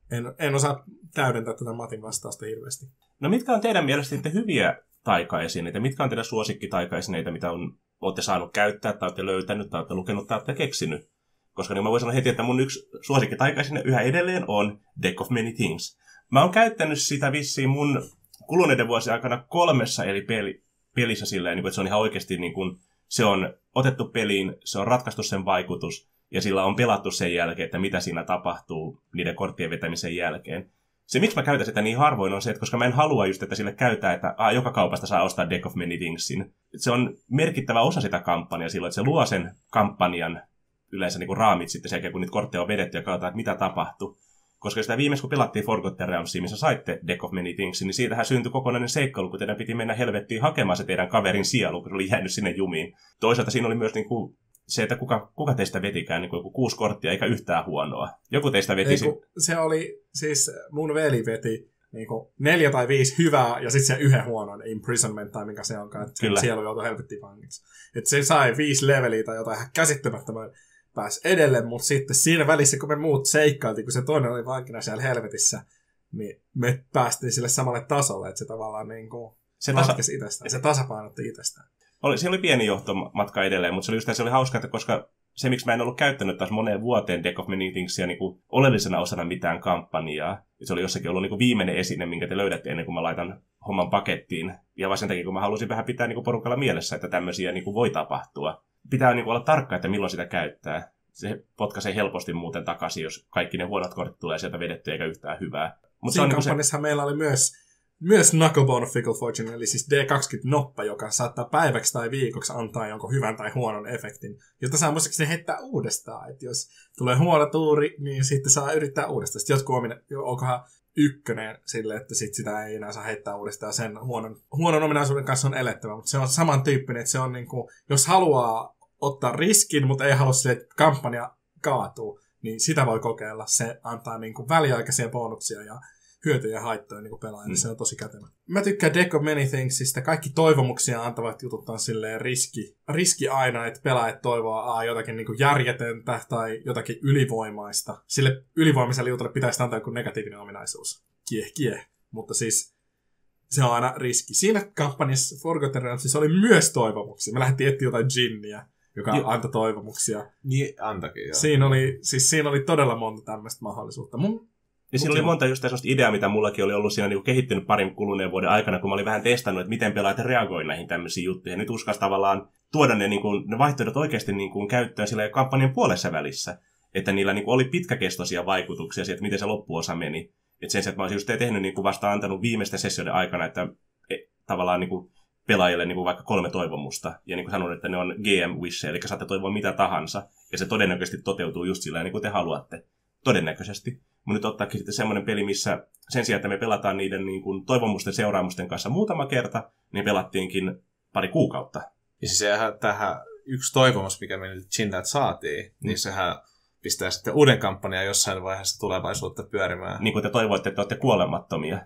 En osaa täydentää tätä Matin vastausta hirveästi. No mitkä on teidän mielestä sitten hyviä taikaesineitä? Mitkä on teidän suosikkitaikaesineitä, mitä olette saanut käyttää, tai olette löytänyt, tai olette lukenut, tai olette keksinyt? Koska niin mä voin sanoa heti, että mun yksi suosikkitaikaesine yhä edelleen on Deck of Many Things. Mä oon käyttänyt sitä vissiin mun kuluneiden vuosien aikana 3 eri pelissä silleen, että se on ihan oikeasti niin kuin, se on otettu peliin, se on ratkaistu sen vaikutus, ja sillä on pelattu sen jälkeen, että mitä siinä tapahtuu niiden korttien vetämisen jälkeen. Se, miksi mä käytän sitä niin harvoin, on se, että koska mä en halua just, että sille käyttää, että joka kaupasta saa ostaa Deck of Many Thingsin. Se on merkittävä osa sitä kampanjaa silloin, että se luo sen kampanjan yleensä niin kuin raamit sitten sen jälkeen, kun niitä kortteja on vedetty ja katsotaan, että mitä tapahtui. Koska sitä viimeis, kun pelattiin Forgotten Realmsia, missä saitte Deck of Many Thingsin, niin siitähän syntyi kokonainen seikkailu, kun teidän piti mennä helvettiin hakemaan se teidän kaverin sielu, kun se oli jäänyt sinne jumiin. Toisaalta siinä oli myös niin kuin se, että kuka teistä vetikään niin kuin joku 6 korttia, eikä yhtään huonoa. Joku teistä veti... Se oli, siis mun veli veti niin 4 tai 5 hyvää, ja sitten se yhden huonon imprisonment, tai mikä se onkaan, että sielu joutui helvettiin vangiksi. Että se sai 5 leveliä tai jotain ihan käsittämättömän pääsi edelle, mutta sitten siinä välissä, kun me muut seikkailtiin, kun se toinen oli vankina siellä helvetissä, niin me päästiin sille samalle tasolle, että se tavallaan niin kuin laskesi itsestään. Se tasapainotti itsestään. Siinä oli pieni johtomatka edelleen, mutta se oli hauska, että koska se, miksi mä en ollut käyttänyt taas moneen vuoteen Deck of Many Thingsia niin kuin oleellisena osana mitään kampanjaa, se oli jossakin ollut niin kuin viimeinen esine, minkä te löydätte ennen kuin mä laitan homman pakettiin. Ja vaan sen takia, kun mä halusin vähän pitää niin kuin porukalla mielessä, että tämmöisiä niin kuin voi tapahtua. Pitää niin kuin olla tarkka, että milloin sitä käyttää. Se potkaisee helposti muuten takaisin, jos kaikki ne huonot kortit tulee sieltä vedetty eikä yhtään hyvää. Siinä kampanjassa meillä oli myös Knucklebone of Fickle Fortune, eli siis D20-noppa, joka saattaa päiväksi tai viikoksi antaa jonkun hyvän tai huonon efektin, jota saa muistaakseni heittää uudestaan. Että jos tulee huono tuuri, niin sitten saa yrittää uudestaan. Sitten jotkut onkohan 1 sille, että sit sitä ei enää saa heittää uudestaan. Sen huonon ominaisuuden kanssa on elettävä, mutta se on samantyyppinen, että se on niin kuin, jos haluaa ottaa riskin, mutta ei halua sille, että kampanja kaatuu, niin sitä voi kokeilla. Se antaa niin kuin väliaikaisia bonuksia ja hyötyjä ja haittoja niin pelaajille. Se on tosi kätevä. Mä tykkään Deck of Many Thingsista. Kaikki toivomuksia antavat jutut on silleen riski aina, että pelaajat toivoo jotakin niin kuin järjetöntä tai jotakin ylivoimaista. Sille ylivoimaiselle jutulle pitäisi antaa joku negatiivinen ominaisuus. Kieh. Mutta siis se on aina riski. Siinä kampanjassa Forgotten Realmsissa oli myös toivomuksia. Me lähdettiin etsiä jotain djinniä, joka antoi toivomuksia. Niin, antakin, joo. Siinä oli todella monta tämmöistä mahdollisuutta. Ja siinä oli monta just sellaista ideaa, mitä mullakin oli ollut siinä niin kehittynyt parin kuluneen vuoden aikana, kun mä olin vähän testannut, että miten pelaajat reagoi näihin tämmöisiin juttuihin. Ja nyt uskalsi tavallaan tuoda ne vaihtoehdot oikeasti käyttöön sillä kampanjan puolessa välissä. Että niillä oli pitkäkestoisia vaikutuksia siihen, että miten se loppuosa meni. Että sen sijaan, että mä olisin just tehnyt vasta antanut viimeisten sessioiden aikana, että tavallaan pelaajille vaikka 3 toivomusta. Ja niin kuin sanoin, että ne on GM-wisheja, eli saatte toivoa mitä tahansa. Ja se todennäköisesti toteutuu just sillä niin kuin te haluatte. Todennäköisesti. Mutta nyt ottaakin sitten semmoinen peli, missä sen sijaan, että me pelataan niiden niin kuin toivomusten seuraamusten kanssa muutama kerta, niin pelattiinkin 2 kuukautta. Ja siis tähän yksi toivomus, mikä me nyt Chindat saatiin, niin sehän pistää sitten uuden kampanjan jossain vaiheessa tulevaisuutta pyörimään. Niin kuin te toivoitte, että olette kuolemattomia.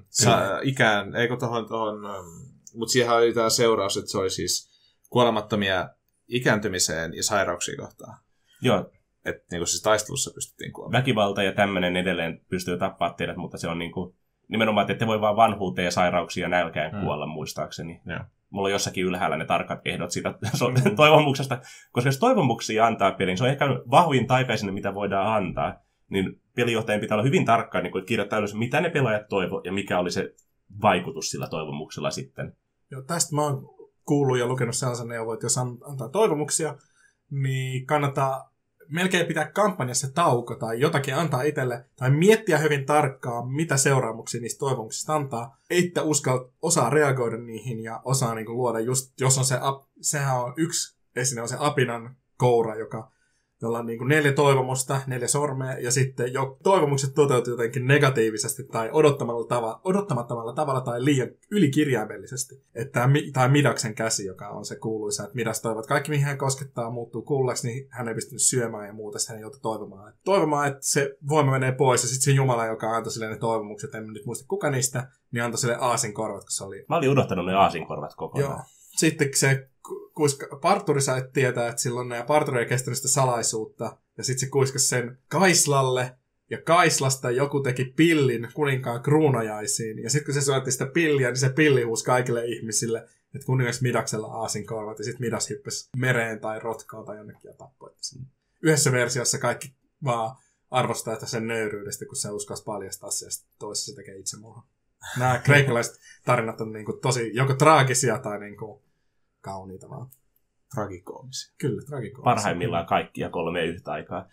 Mutta siihen oli tämä seuraus, että se oli siis kuolemattomia ikääntymiseen ja sairauksiin kohtaan. Joo. Että niin siis taistelussa pystyttiin kuolemaan. Väkivalta ja tämmöinen edelleen pystyy tappaa teidät, mutta se on nimenomaan, että ette voi vaan vanhuuteen ja sairauksiin ja nälkään kuolla muistaakseni. Ja. Mulla on jossakin ylhäällä ne tarkat ehdot siitä toivomuksesta. Koska jos toivomuksia antaa peliin, se on ehkä vahvin taikaisenne, mitä voidaan antaa. Niin pelijohtajan pitää olla hyvin tarkkaan, että kirjoittaa ylös, mitä ne pelaajat toivo ja mikä oli se vaikutus sillä toivomuksella sitten. Joo, tästä mä oon kuullut ja lukenut sellaisen neuvon, että jos antaa toivomuksia, niin kannattaa melkein pitää kampanjassa tauko tai jotakin antaa itselle, tai miettiä hyvin tarkkaan, mitä seuraamuksia niistä toivomuksista antaa, että osaa reagoida niihin ja osaa niin kuin luoda just, jos on sehän on yksi esine, on se apinan koura, jolla on niin kuin 4 toivomusta, 4 sormea, ja sitten toivomukset toteutuu jotenkin negatiivisesti tai odottamattomalla tavalla tai liian ylikirjaimellisesti. Tai Midaksen käsi, joka on se kuuluisa, että Midas toivoo, että kaikki mihin hän koskettaa muuttuu kullaksi, niin hän ei pystynyt syömään ja muuta, hän joutui toivomaan, että se voima menee pois, ja sitten se Jumala, joka antoi sille ne toivomukset, en nyt muista kuka niistä, niin antoi sille aasinkorvat, kun se oli... Mä olin unohtanut ne aasinkorvat kokonaan. Joo. Sitten se parturi sai tietää, että silloin nämä parturi ei kestänyt sitä salaisuutta, ja sitten se kuiskasi sen Kaislalle, ja Kaislasta joku teki pillin kuninkaan kruunajaisiin, ja sitten kun se soitti sitä pilliä, niin se pilli huusi kaikille ihmisille, että kuningas Midaksella aasinkorvat, ja sitten Midas hyppäsi mereen tai rotkoon tai jonnekin ja tappoi. Yhdessä versiossa kaikki vaan arvostaa että sen nöyryydestä, kun se uskalsi paljastaa se, ja toisessa se tekee itsemurhan. Nämä kreikkalaiset tarinat on niinku tosi joko traagisia tai niinku kauniita vaan. Tragikoomisia. Kyllä, tragikoomisia. Parhaimmillaan kaikkia 3 yhtä aikaa.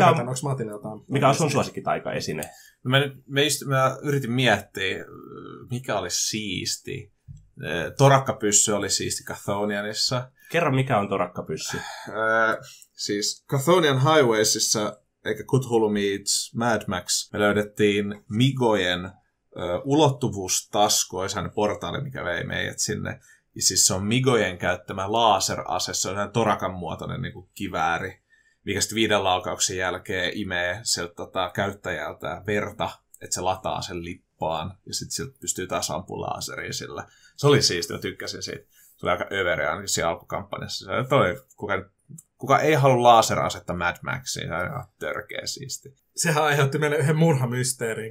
Mikä on sun suosikkitaikaesine? Mä yritin miettiä, mikä olisi siisti. Torakkapyssy oli siisti Chthonianissa. Kerro, mikä on torakkapyssy? Siis Chthonian Highwaysissa, eikä Cthulhu Meets Mad Max, me löydettiin Migojen ulottuvuustasku, olisi hänen portaali, mikä vei meidät sinne. Ja siis se on Migojen käyttämä laserase, se on ihan torakan muotoinen niin kuin kivääri, mikä sitten 5 laukauksen jälkeen imee sieltä käyttäjältä verta, että se lataa sen lippaan, ja sitten sieltä pystyy taas ampumaan laseria sillä. Se oli siistiä, mä tykkäsin siitä. Se oli aika överiä ainakin siinä alkukampanjassa. Kuka ei halua laserasetta Mad Maxiin, se on ihan törkeä siisti. Sehän aiheutti meille yhden murhamysteerin.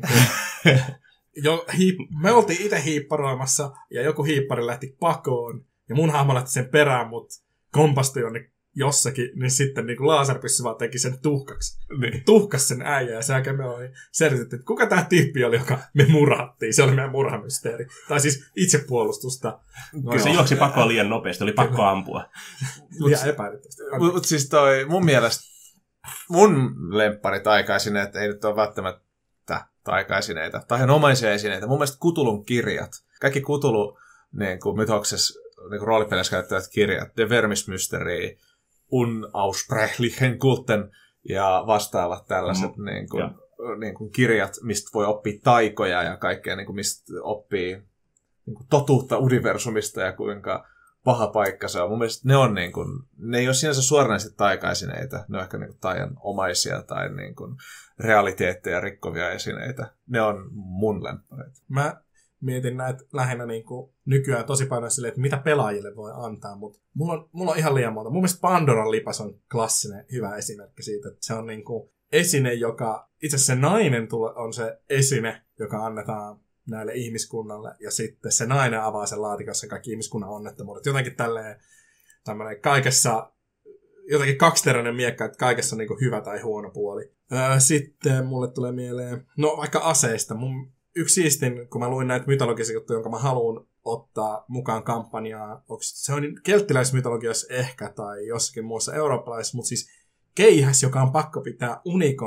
Me oltiin itse hiipparoimassa ja joku hiippari lähti pakoon ja mun hahmo lähti sen perään, mutta kompastui jonne jossakin, niin sitten niin laserpyssy vaan teki sen tuhkaksi. Niin. Tuhkas sen äijä ja sen jälkeen me oli selitetty, että kuka tämä tyyppi oli, joka me murhattiin. Se oli meidän murhamysteeri. Tai siis itsepuolustusta. Kyllä se juoksi pakoon liian nopeasti, oli pakko ampua. Liian epäilyttävästi. Mutta siis mun mielestä mun lemppari taikaisineet ei nyt ole välttämättä taikaisineita, tai ihan omaisia esineitä. Mun mielestä Cthulhun kirjat, kaikki Cthulhu niin mytoksessa niin roolipeleissä käyttävät kirjat, De Vermis Mystery, Unaussprechlichen Kulten ja vastaavat tällaiset niin kuin kirjat, mistä voi oppia taikoja ja kaikkea, niin kuin mistä oppii niin kuin totuutta universumista ja kuinka paha paikka se on. Mun mielestä ne ei ole sinänsä suoranaisesti taikaisineita, ne on ehkä niin kuin taian omaisia tai niin kuin realiteetteja rikkovia esineitä. Ne on mun lemppareita. Mä mietin näitä lähinnä niin kuin nykyään tosi paljon silleen, että mitä pelaajille voi antaa, mutta mulla on ihan liian monta. Mun mielestä Pandoran lipas on klassinen hyvä esimerkki siitä, että se on niin kuin esine, joka, itse asiassa se nainen on se esine, joka annetaan näille ihmiskunnalle, ja sitten se nainen avaa sen laatikossa kaikki ihmiskunnan onnettomuudet. Jotenkin tämmöinen kaikessa, jotenkin kaksiteräinen miekka, että kaikessa on niin kuin hyvä tai huono puoli. Sitten mulle tulee mieleen, vaikka aseista. Yksi siistin, kun mä luin näitä mytologisia juttuja, jonka mä haluan ottaa mukaan kampanjaa, se on kelttiläismytologiassa ehkä, tai jossakin muussa eurooppalaisessa, mutta siis keihäs, joka on pakko pitää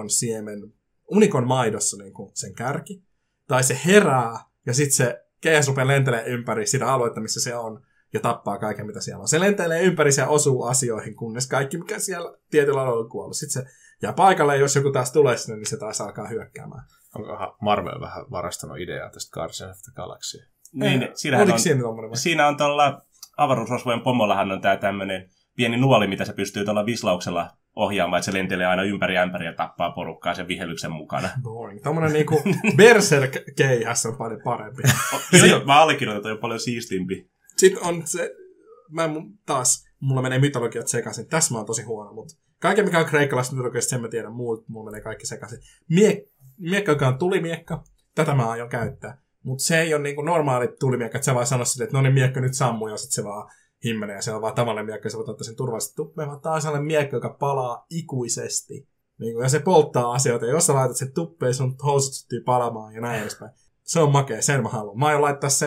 unikon maidossa niin kuin sen kärki, tai se herää, ja sitten se keihäs rupeaa lentelemään ympäri sitä aluetta, missä se on, ja tappaa kaiken, mitä siellä on. Se lentelee ympäri ja osuu asioihin, kunnes kaikki, mikä siellä tietyllä alueella on kuollut. Sitten se jää paikalle, ja jos joku taas tulee sinne, niin se taas alkaa hyökkäämään. Onkohan Marvel vähän varastanut ideaa tästä Guardians of the Galaxy? Niin, siinä on tuolla avaruusrosvojen pomollahan on tämä tämmöinen pieni nuoli, mitä se pystyy tuolla vislauksella ohjaamaan, että se lentelee aina ympäri ämpäri ja tappaa porukkaa sen vihellyksen mukana. Boring. Tommoinen niinku Berserk-keihäs on paljon parempi. Mä allekirjoitan jo paljon siistimpi. Sitten on se, mulla menee mytologiat sekaisin. Tässä mä oon tosi huono, mutta kaiken mikä on kreikkalaista mytologiasta, sen mä tiedän, mulla menee kaikki sekaisin. Miekka, joka on tulimiekka, tätä mä aion käyttää. Mutta se ei ole niinku normaali tulimiekka, että sä vaan sano sille, että no niin miekka nyt sammuu ja sit se vaan himmenee ja se on vaan tavallinen miekka ja sä voit ottaa sen turvallisesti tuppeen, vaan tää on sellainen miekka, joka palaa ikuisesti. Niinku, ja se polttaa asioita ja jos sä laitat sen tuppeen, sun housut syttyy palamaan ja näin edespäin. Se on makea, sen mä haluan. Mä aion laittaa sen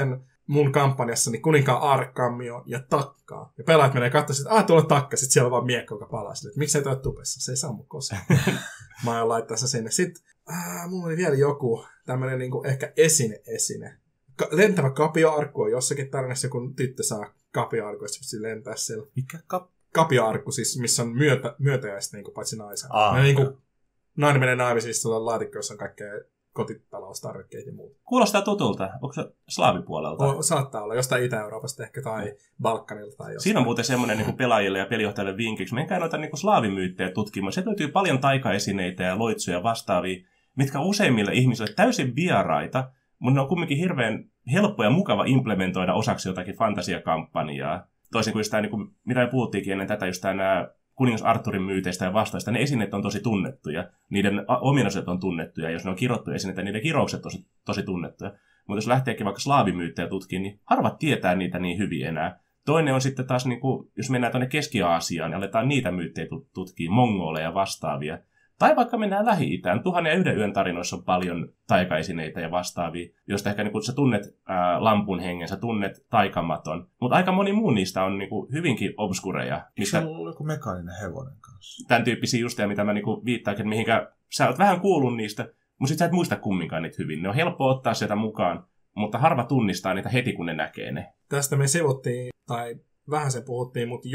mun kampanjassani kuninkaan aarrekammio ja takkaa. Ja pelaajat menee katsomaan, että tuolla on takka, sitten siellä on vaan miekko, joka palaa sille, että miksei toi tupessa, se ei sammu koskaan. Mä aion laittaa se sinne. Sitten mulla oli vielä joku tämmönen niinku ehkä esine. Lentävä kapioarkku on jossakin tarinassa, kun tyttö saa kapioarkku, jos pystyy lentää siellä. Mikä Kapioarkku siis, missä on myötäjäistä niinku, paitsi naisen. Niinku, nainen menee naimisiin, siis on laatikko, jossa on kaikkea kotitaloustarvikkeita ja muuta. Kuulostaa tutulta. Onko se slaavipuolelta? Saattaa olla jostain Itä-Euroopasta ehkä tai Balkanilta tai jostain. Siinä on muuten semmoinen niin pelaajille ja pelijohtajille vinkiksi. Menkää noita niin slaavimyyttejä tutkimaan. Sieltä löytyy paljon taikaesineitä ja loitsuja vastaavia, mitkä useimmille ihmisille täysin vieraita, mutta ne on kumminkin hirveän helppo ja mukava implementoida osaksi jotakin fantasiakampanjaa. Toisin kuin sitä, niin kuin, mitä me puhuttiinkin ennen tätä, just nämä kuningas Arthurin myyteistä ja vastaista, ne esineet on tosi tunnettuja. Niiden ominaisuudet on tunnettuja. Jos ne on kirottuja esineitä, niiden kiroukset on tosi tunnettuja. Mutta jos lähteekin vaikka slaavimyyttejä tutkimaan, niin harvat tietää niitä niin hyvin enää. Toinen on sitten taas, niin kuin, jos mennään tuonne Keski-Aasiaan, niin aletaan niitä myyttejä tutkia, mongoleja vastaavia. Tai vaikka mennään Lähi-Itään. 1001 yön tarinoissa on paljon taikaesineitä ja vastaavia, joista ehkä niin sä tunnet lampun hengen, sä tunnet taikamaton. Mutta aika moni muu niistä on niin kuin, hyvinkin obskureja. Mistä on ollut joku mekaaninen hevonen kanssa? Tämän tyyppisiä justeja, mitä mä niin kuin viittaakin, mihinkä sä oot vähän kuullut niistä, mutta sit sä et muista kumminkaan niitä hyvin. Ne on helppo ottaa sieltä mukaan, mutta harva tunnistaa niitä heti, kun ne näkee ne. Tästä me sivuttiin, tai vähän se puhuttiin, mutta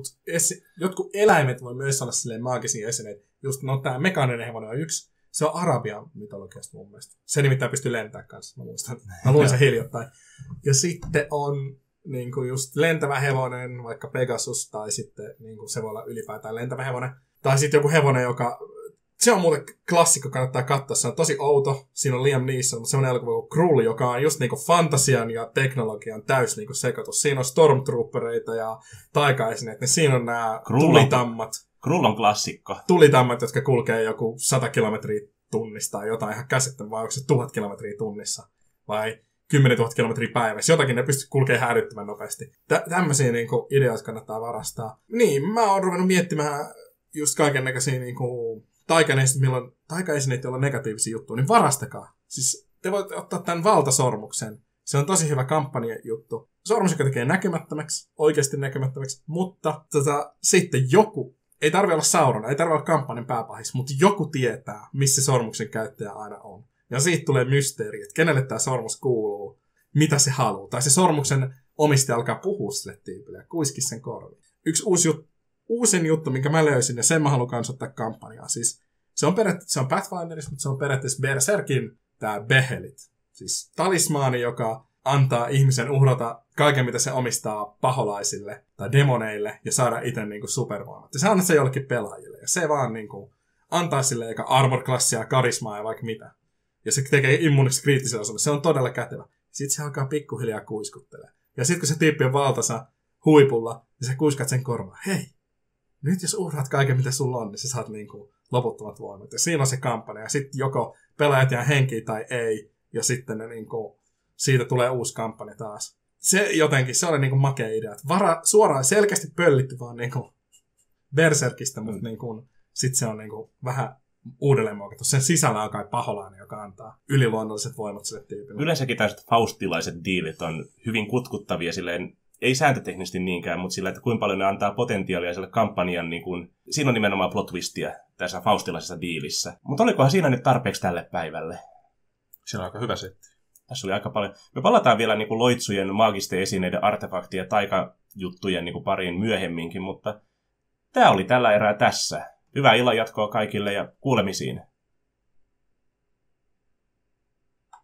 jotkut eläimet voi myös olla silleen maagisia esineitä. Just tämä mekaaninen hevonen on yksi. Se on Arabian mytologiasta mun mielestä. Se nimittäin pystyy lentämään kanssa, mä muistan. Mä luin sen hiljattain. Ja sitten on niin kuin just lentävä hevonen, vaikka Pegasus, tai sitten niin kuin se voi olla ylipäätään lentävä hevonen. Tai sitten joku hevonen, joka... Se on muuten klassikko, kannattaa katsoa. Se on tosi outo. Siinä on Liam Neeson, mutta semmoinen elokuva kuin Krull, joka on just niinku fantasian ja teknologian täys niinku sekoitus. Siinä on stormtroopereita ja taikaesineitä. Siinä on nämä tulitammat. Krull on klassikko. Tulitammat, jotka kulkee joku 100 kilometriä tunnissa tai jotain ihan käsittämätöntä, vai onko se 1000 kilometriä tunnissa? Vai 10 000 kilometriä päivässä. Jotakin ne pystyy kulkemaan häirittävän nopeasti. Tämmöisiä niinku ideoita kannattaa varastaa. Niin, mä oon ruvennut miettimään just kaikennäköisiä niinku taikaesineet, joilla on negatiivisia juttuja, niin varastakaa. Siis te voitte ottaa tämän valtasormuksen. Se on tosi hyvä kampanjajuttu. Sormus, joka tekee näkymättömäksi, oikeasti näkymättömäksi, mutta sitten joku, ei tarvitse olla Sauron, ei tarvitse olla kampanjan pääpahis, mutta joku tietää, missä sormuksen käyttäjä aina on. Ja siitä tulee mysteeri, että kenelle tämä sormus kuuluu, mitä se haluaa. Tai se sormuksen omistaja alkaa puhua sille tyypille ja kuiski sen korviin. Yksi uusin juttu, minkä mä löysin, ja sen mä haluan kanssa ottaa kampanjaa. Siis se on Pathfinderissa, mutta se on periaatteessa Berserkin tää Behelit. Siis talismaani, joka antaa ihmisen uhrata kaiken, mitä se omistaa paholaisille tai demoneille ja saada itse niinku supervoimat. Ja se annat se jollekin pelaajille. Ja se vaan niinku antaa sille eikä armor-klassia, karismaa ja vaikka mitä. Ja se tekee immuniksi kriittisellä osalle. Se on todella kätevä. Sitten se alkaa pikkuhiljaa kuiskuttelemaan. Ja sitten kun se tyyppi on valtansa huipulla, niin sä kuiskat sen korvaan. Hei! Nyt jos uhraat kaiken, mitä sulla on, niin sä saat niinku loputtomat voimat. Ja siinä on se kampanja. Ja sitten joko pelaajat jää henkiin tai ei. Ja sitten ne niinku, siitä tulee uusi kampanja taas. Se jotenkin, se oli niinku makea idea. Suoraan selkeästi pöllitty vaan niinku Berserkistä, mutta niinku, sitten se on niinku vähän uudelleen muokattu. Sen sisällä on kai paholainen, joka antaa yliluonnolliset voimat sille tyypille. Yleensäkin tällaiset faustilaiset diilit on hyvin kutkuttavia silleen, ei sääntöteknisesti niinkään, mutta sillä, että kuinka paljon ne antaa potentiaalia sille kampanjan, niin kun, siinä on nimenomaan plot twistia tässä faustilaisessa diilissä. Mutta olikohan siinä nyt tarpeeksi tälle päivälle? Siinä on aika hyvä setti. Tässä oli aika paljon. Me palataan vielä niin kuin loitsujen, maagisten esineiden, artefaktien ja taikajuttujen niin kuin pariin myöhemminkin, mutta tämä oli tällä erää tässä. Hyvää illanjatkoa kaikille ja kuulemisiin.